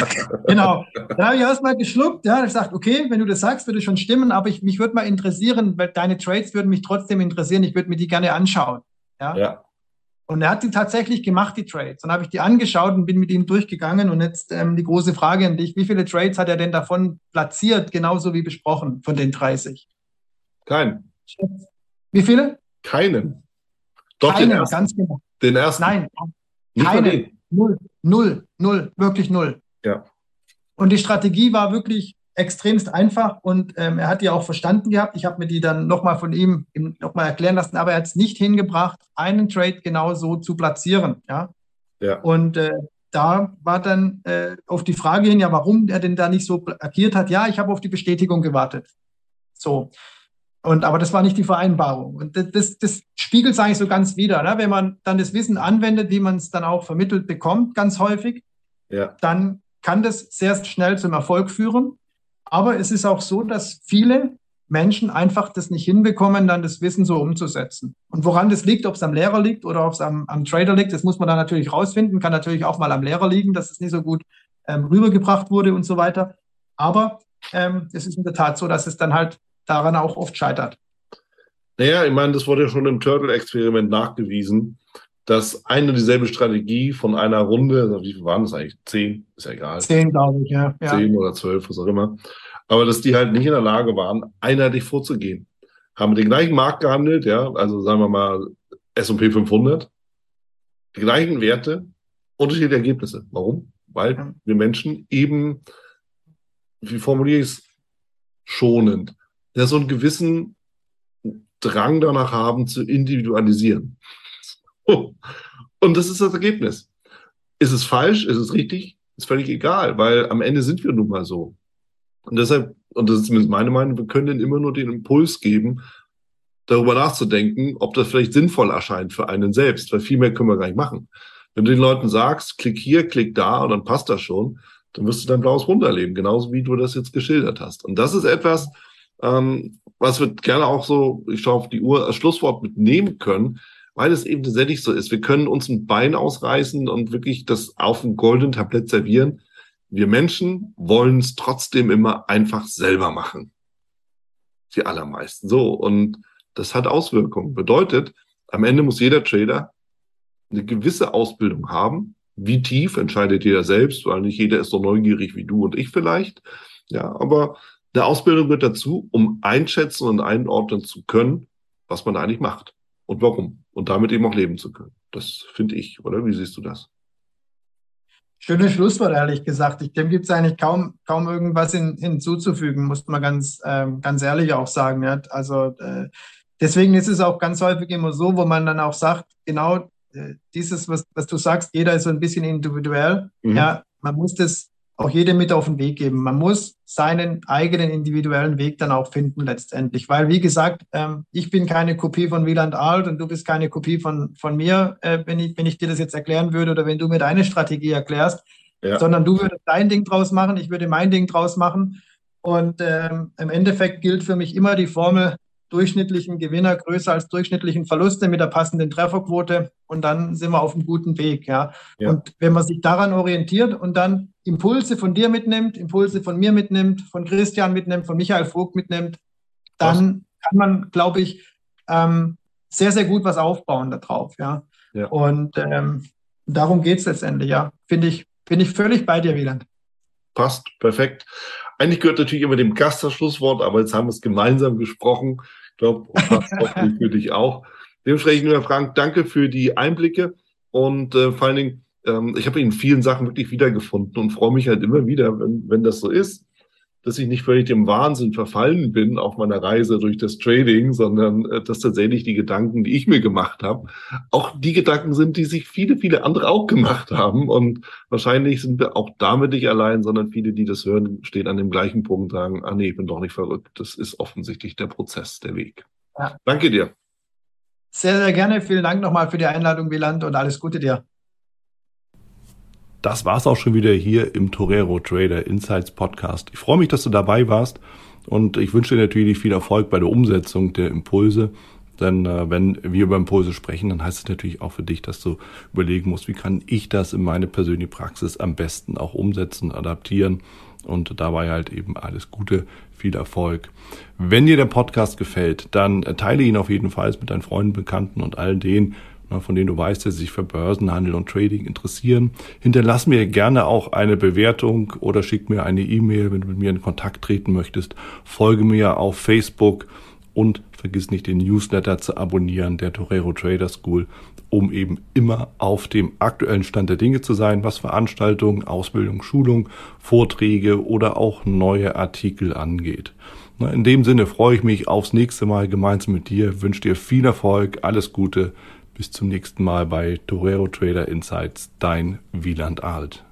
genau. Dann habe ich erstmal geschluckt, ja, ich gesagt, okay, wenn du das sagst, würde schon stimmen, aber ich, mich würde mal interessieren, weil deine Trades würden mich trotzdem interessieren, ich würde mir die gerne anschauen. Ja. Ja. Und er hat die tatsächlich gemacht, die Trades. Dann habe ich die angeschaut und bin mit ihm durchgegangen. Und jetzt ähm, die große Frage an dich, wie viele Trades hat er denn davon platziert, genauso wie besprochen, von den dreißig? Keinen. Wie viele? Keinen. Doch Keinen, den ersten. ganz genau. Den ersten. Nein, Nicht mal keinen. den. Null, null, null, wirklich null. Ja. Und die Strategie war wirklich extremst einfach und ähm, er hat die auch verstanden gehabt. Ich habe mir die dann nochmal von ihm nochmal erklären lassen, aber er hat es nicht hingebracht, einen Trade genau so zu platzieren. Ja? Ja. Und äh, da war dann äh, auf die Frage hin, ja, warum er denn da nicht so agiert hat. Ja, ich habe auf die Bestätigung gewartet. So. Und, aber das war nicht die Vereinbarung. Und das, das, das spiegelt es eigentlich so ganz wider. Ne? Wenn man dann das Wissen anwendet, wie man es dann auch vermittelt bekommt, ganz häufig, Ja. dann kann das sehr schnell zum Erfolg führen. Aber es ist auch so, dass viele Menschen einfach das nicht hinbekommen, dann das Wissen so umzusetzen. Und woran das liegt, ob es am Lehrer liegt oder ob es am, am Trader liegt, das muss man dann natürlich rausfinden. Kann natürlich auch mal am Lehrer liegen, dass es nicht so gut ähm, rübergebracht wurde und so weiter. Aber ähm, es ist in der Tat so, dass es dann halt daran auch oft scheitert. Naja, ich meine, das wurde ja schon im Turtle-Experiment nachgewiesen, dass eine und dieselbe Strategie von einer Runde, also wie viel waren das eigentlich? Zehn, ist ja egal. Zehn, glaube ich, ja. ja. Zehn oder zwölf, was auch immer. Aber dass die halt nicht in der Lage waren, einheitlich vorzugehen. Haben den gleichen Markt gehandelt, ja, also sagen wir mal S und P fünfhundert, die gleichen Werte, unterschiedliche Ergebnisse. Warum? Weil Ja. wir Menschen eben, wie formuliere ich es, schonend, ja, so einen gewissen Drang danach haben, zu individualisieren. Oh. Und das ist das Ergebnis. Ist es falsch? Ist es richtig? Ist völlig egal, weil am Ende sind wir nun mal so. Und deshalb, und das ist zumindest meine Meinung, wir können denen immer nur den Impuls geben, darüber nachzudenken, ob das vielleicht sinnvoll erscheint für einen selbst, weil viel mehr können wir gar nicht machen. Wenn du den Leuten sagst, klick hier, klick da und dann passt das schon, dann wirst du dein blaues Wunder erleben, genauso wie du das jetzt geschildert hast. Und das ist etwas, ähm, was wir gerne auch so, ich schaue auf die Uhr, als Schlusswort mitnehmen können, weil es eben tatsächlich so ist. Wir können uns ein Bein ausreißen und wirklich das auf dem goldenen Tablett servieren. Wir Menschen wollen es trotzdem immer einfach selber machen. Die allermeisten. So. Und das hat Auswirkungen. Bedeutet, am Ende muss jeder Trader eine gewisse Ausbildung haben. Wie tief, entscheidet jeder selbst, weil nicht jeder ist so neugierig wie du und ich vielleicht. Ja, aber eine Ausbildung gehört dazu, um einschätzen und einordnen zu können, was man eigentlich macht und warum. Und damit eben auch leben zu können. Das finde ich, oder? Wie siehst du das? Schönes Schlusswort, ehrlich gesagt. Ich, dem gibt es eigentlich kaum, kaum irgendwas hin, hinzuzufügen, muss man ganz, ähm, ganz ehrlich auch sagen. Ja? Also äh, deswegen ist es auch ganz häufig immer so, wo man dann auch sagt, genau äh, dieses, was, was du sagst, jeder ist so ein bisschen individuell. Mhm. Ja, man muss das auch jedem mit auf den Weg geben. Man muss seinen eigenen individuellen Weg dann auch finden letztendlich. Weil, wie gesagt, ähm, ich bin keine Kopie von Wieland Alt und du bist keine Kopie von, von mir, äh, wenn ich, wenn ich dir das jetzt erklären würde oder wenn du mir deine Strategie erklärst, Ja. sondern du würdest dein Ding draus machen, ich würde mein Ding draus machen. Und ähm, im Endeffekt gilt für mich immer die Formel, durchschnittlichen Gewinner größer als durchschnittlichen Verluste mit der passenden Trefferquote und dann sind wir auf einem guten Weg. Ja. Ja. Und wenn man sich daran orientiert und dann Impulse von dir mitnimmt, Impulse von mir mitnimmt, von Christian mitnimmt, von Michael Vogt mitnimmt, dann was? kann man, glaube ich, ähm, sehr, sehr gut was aufbauen darauf. Ja. Ja. Und ähm, darum geht es letztendlich. Ja. Finde ich, bin ich völlig bei dir, Wieland. Passt, perfekt. Eigentlich gehört natürlich immer dem Gast das Schlusswort, aber jetzt haben wir es gemeinsam gesprochen. Ich glaube, passt hoffentlich für dich auch. Dementsprechend, lieber Frank, danke für die Einblicke und äh, vor allen Dingen, ähm, ich habe in vielen Sachen wirklich wiedergefunden und freue mich halt immer wieder, wenn, wenn das so ist. dass ich nicht völlig dem Wahnsinn verfallen bin auf meiner Reise durch das Trading, sondern äh, dass tatsächlich die Gedanken, die ich mir gemacht habe, auch die Gedanken sind, die sich viele, viele andere auch gemacht haben. Und wahrscheinlich sind wir auch damit nicht allein, sondern viele, die das hören, stehen an dem gleichen Punkt und sagen, ah nee, ich bin doch nicht verrückt. Das ist offensichtlich der Prozess, der Weg. Ja. Danke dir. Sehr, sehr gerne. Vielen Dank nochmal für die Einladung, Wieland, und alles Gute dir. Das war's auch schon wieder hier im Torero Trader Insights Podcast. Ich freue mich, dass du dabei warst und ich wünsche dir natürlich viel Erfolg bei der Umsetzung der Impulse. Denn äh, wenn wir über Impulse sprechen, dann heißt es natürlich auch für dich, dass du überlegen musst, wie kann ich das in meine persönliche Praxis am besten auch umsetzen, adaptieren und dabei halt eben alles Gute, viel Erfolg. Wenn dir der Podcast gefällt, dann teile ihn auf jeden Fall mit deinen Freunden, Bekannten und all denen, von denen du weißt, dass sie sich für Börsenhandel und Trading interessieren. Hinterlass mir gerne auch eine Bewertung oder schick mir eine E-Mail, wenn du mit mir in Kontakt treten möchtest. Folge mir auf Facebook und vergiss nicht, den Newsletter zu abonnieren, der Torero Trader School, um eben immer auf dem aktuellen Stand der Dinge zu sein, was Veranstaltungen, Ausbildung, Schulung, Vorträge oder auch neue Artikel angeht. In dem Sinne freue ich mich aufs nächste Mal gemeinsam mit dir, wünsche dir viel Erfolg, alles Gute. Bis zum nächsten Mal bei Torero Trader Insights, dein Wieland Alt.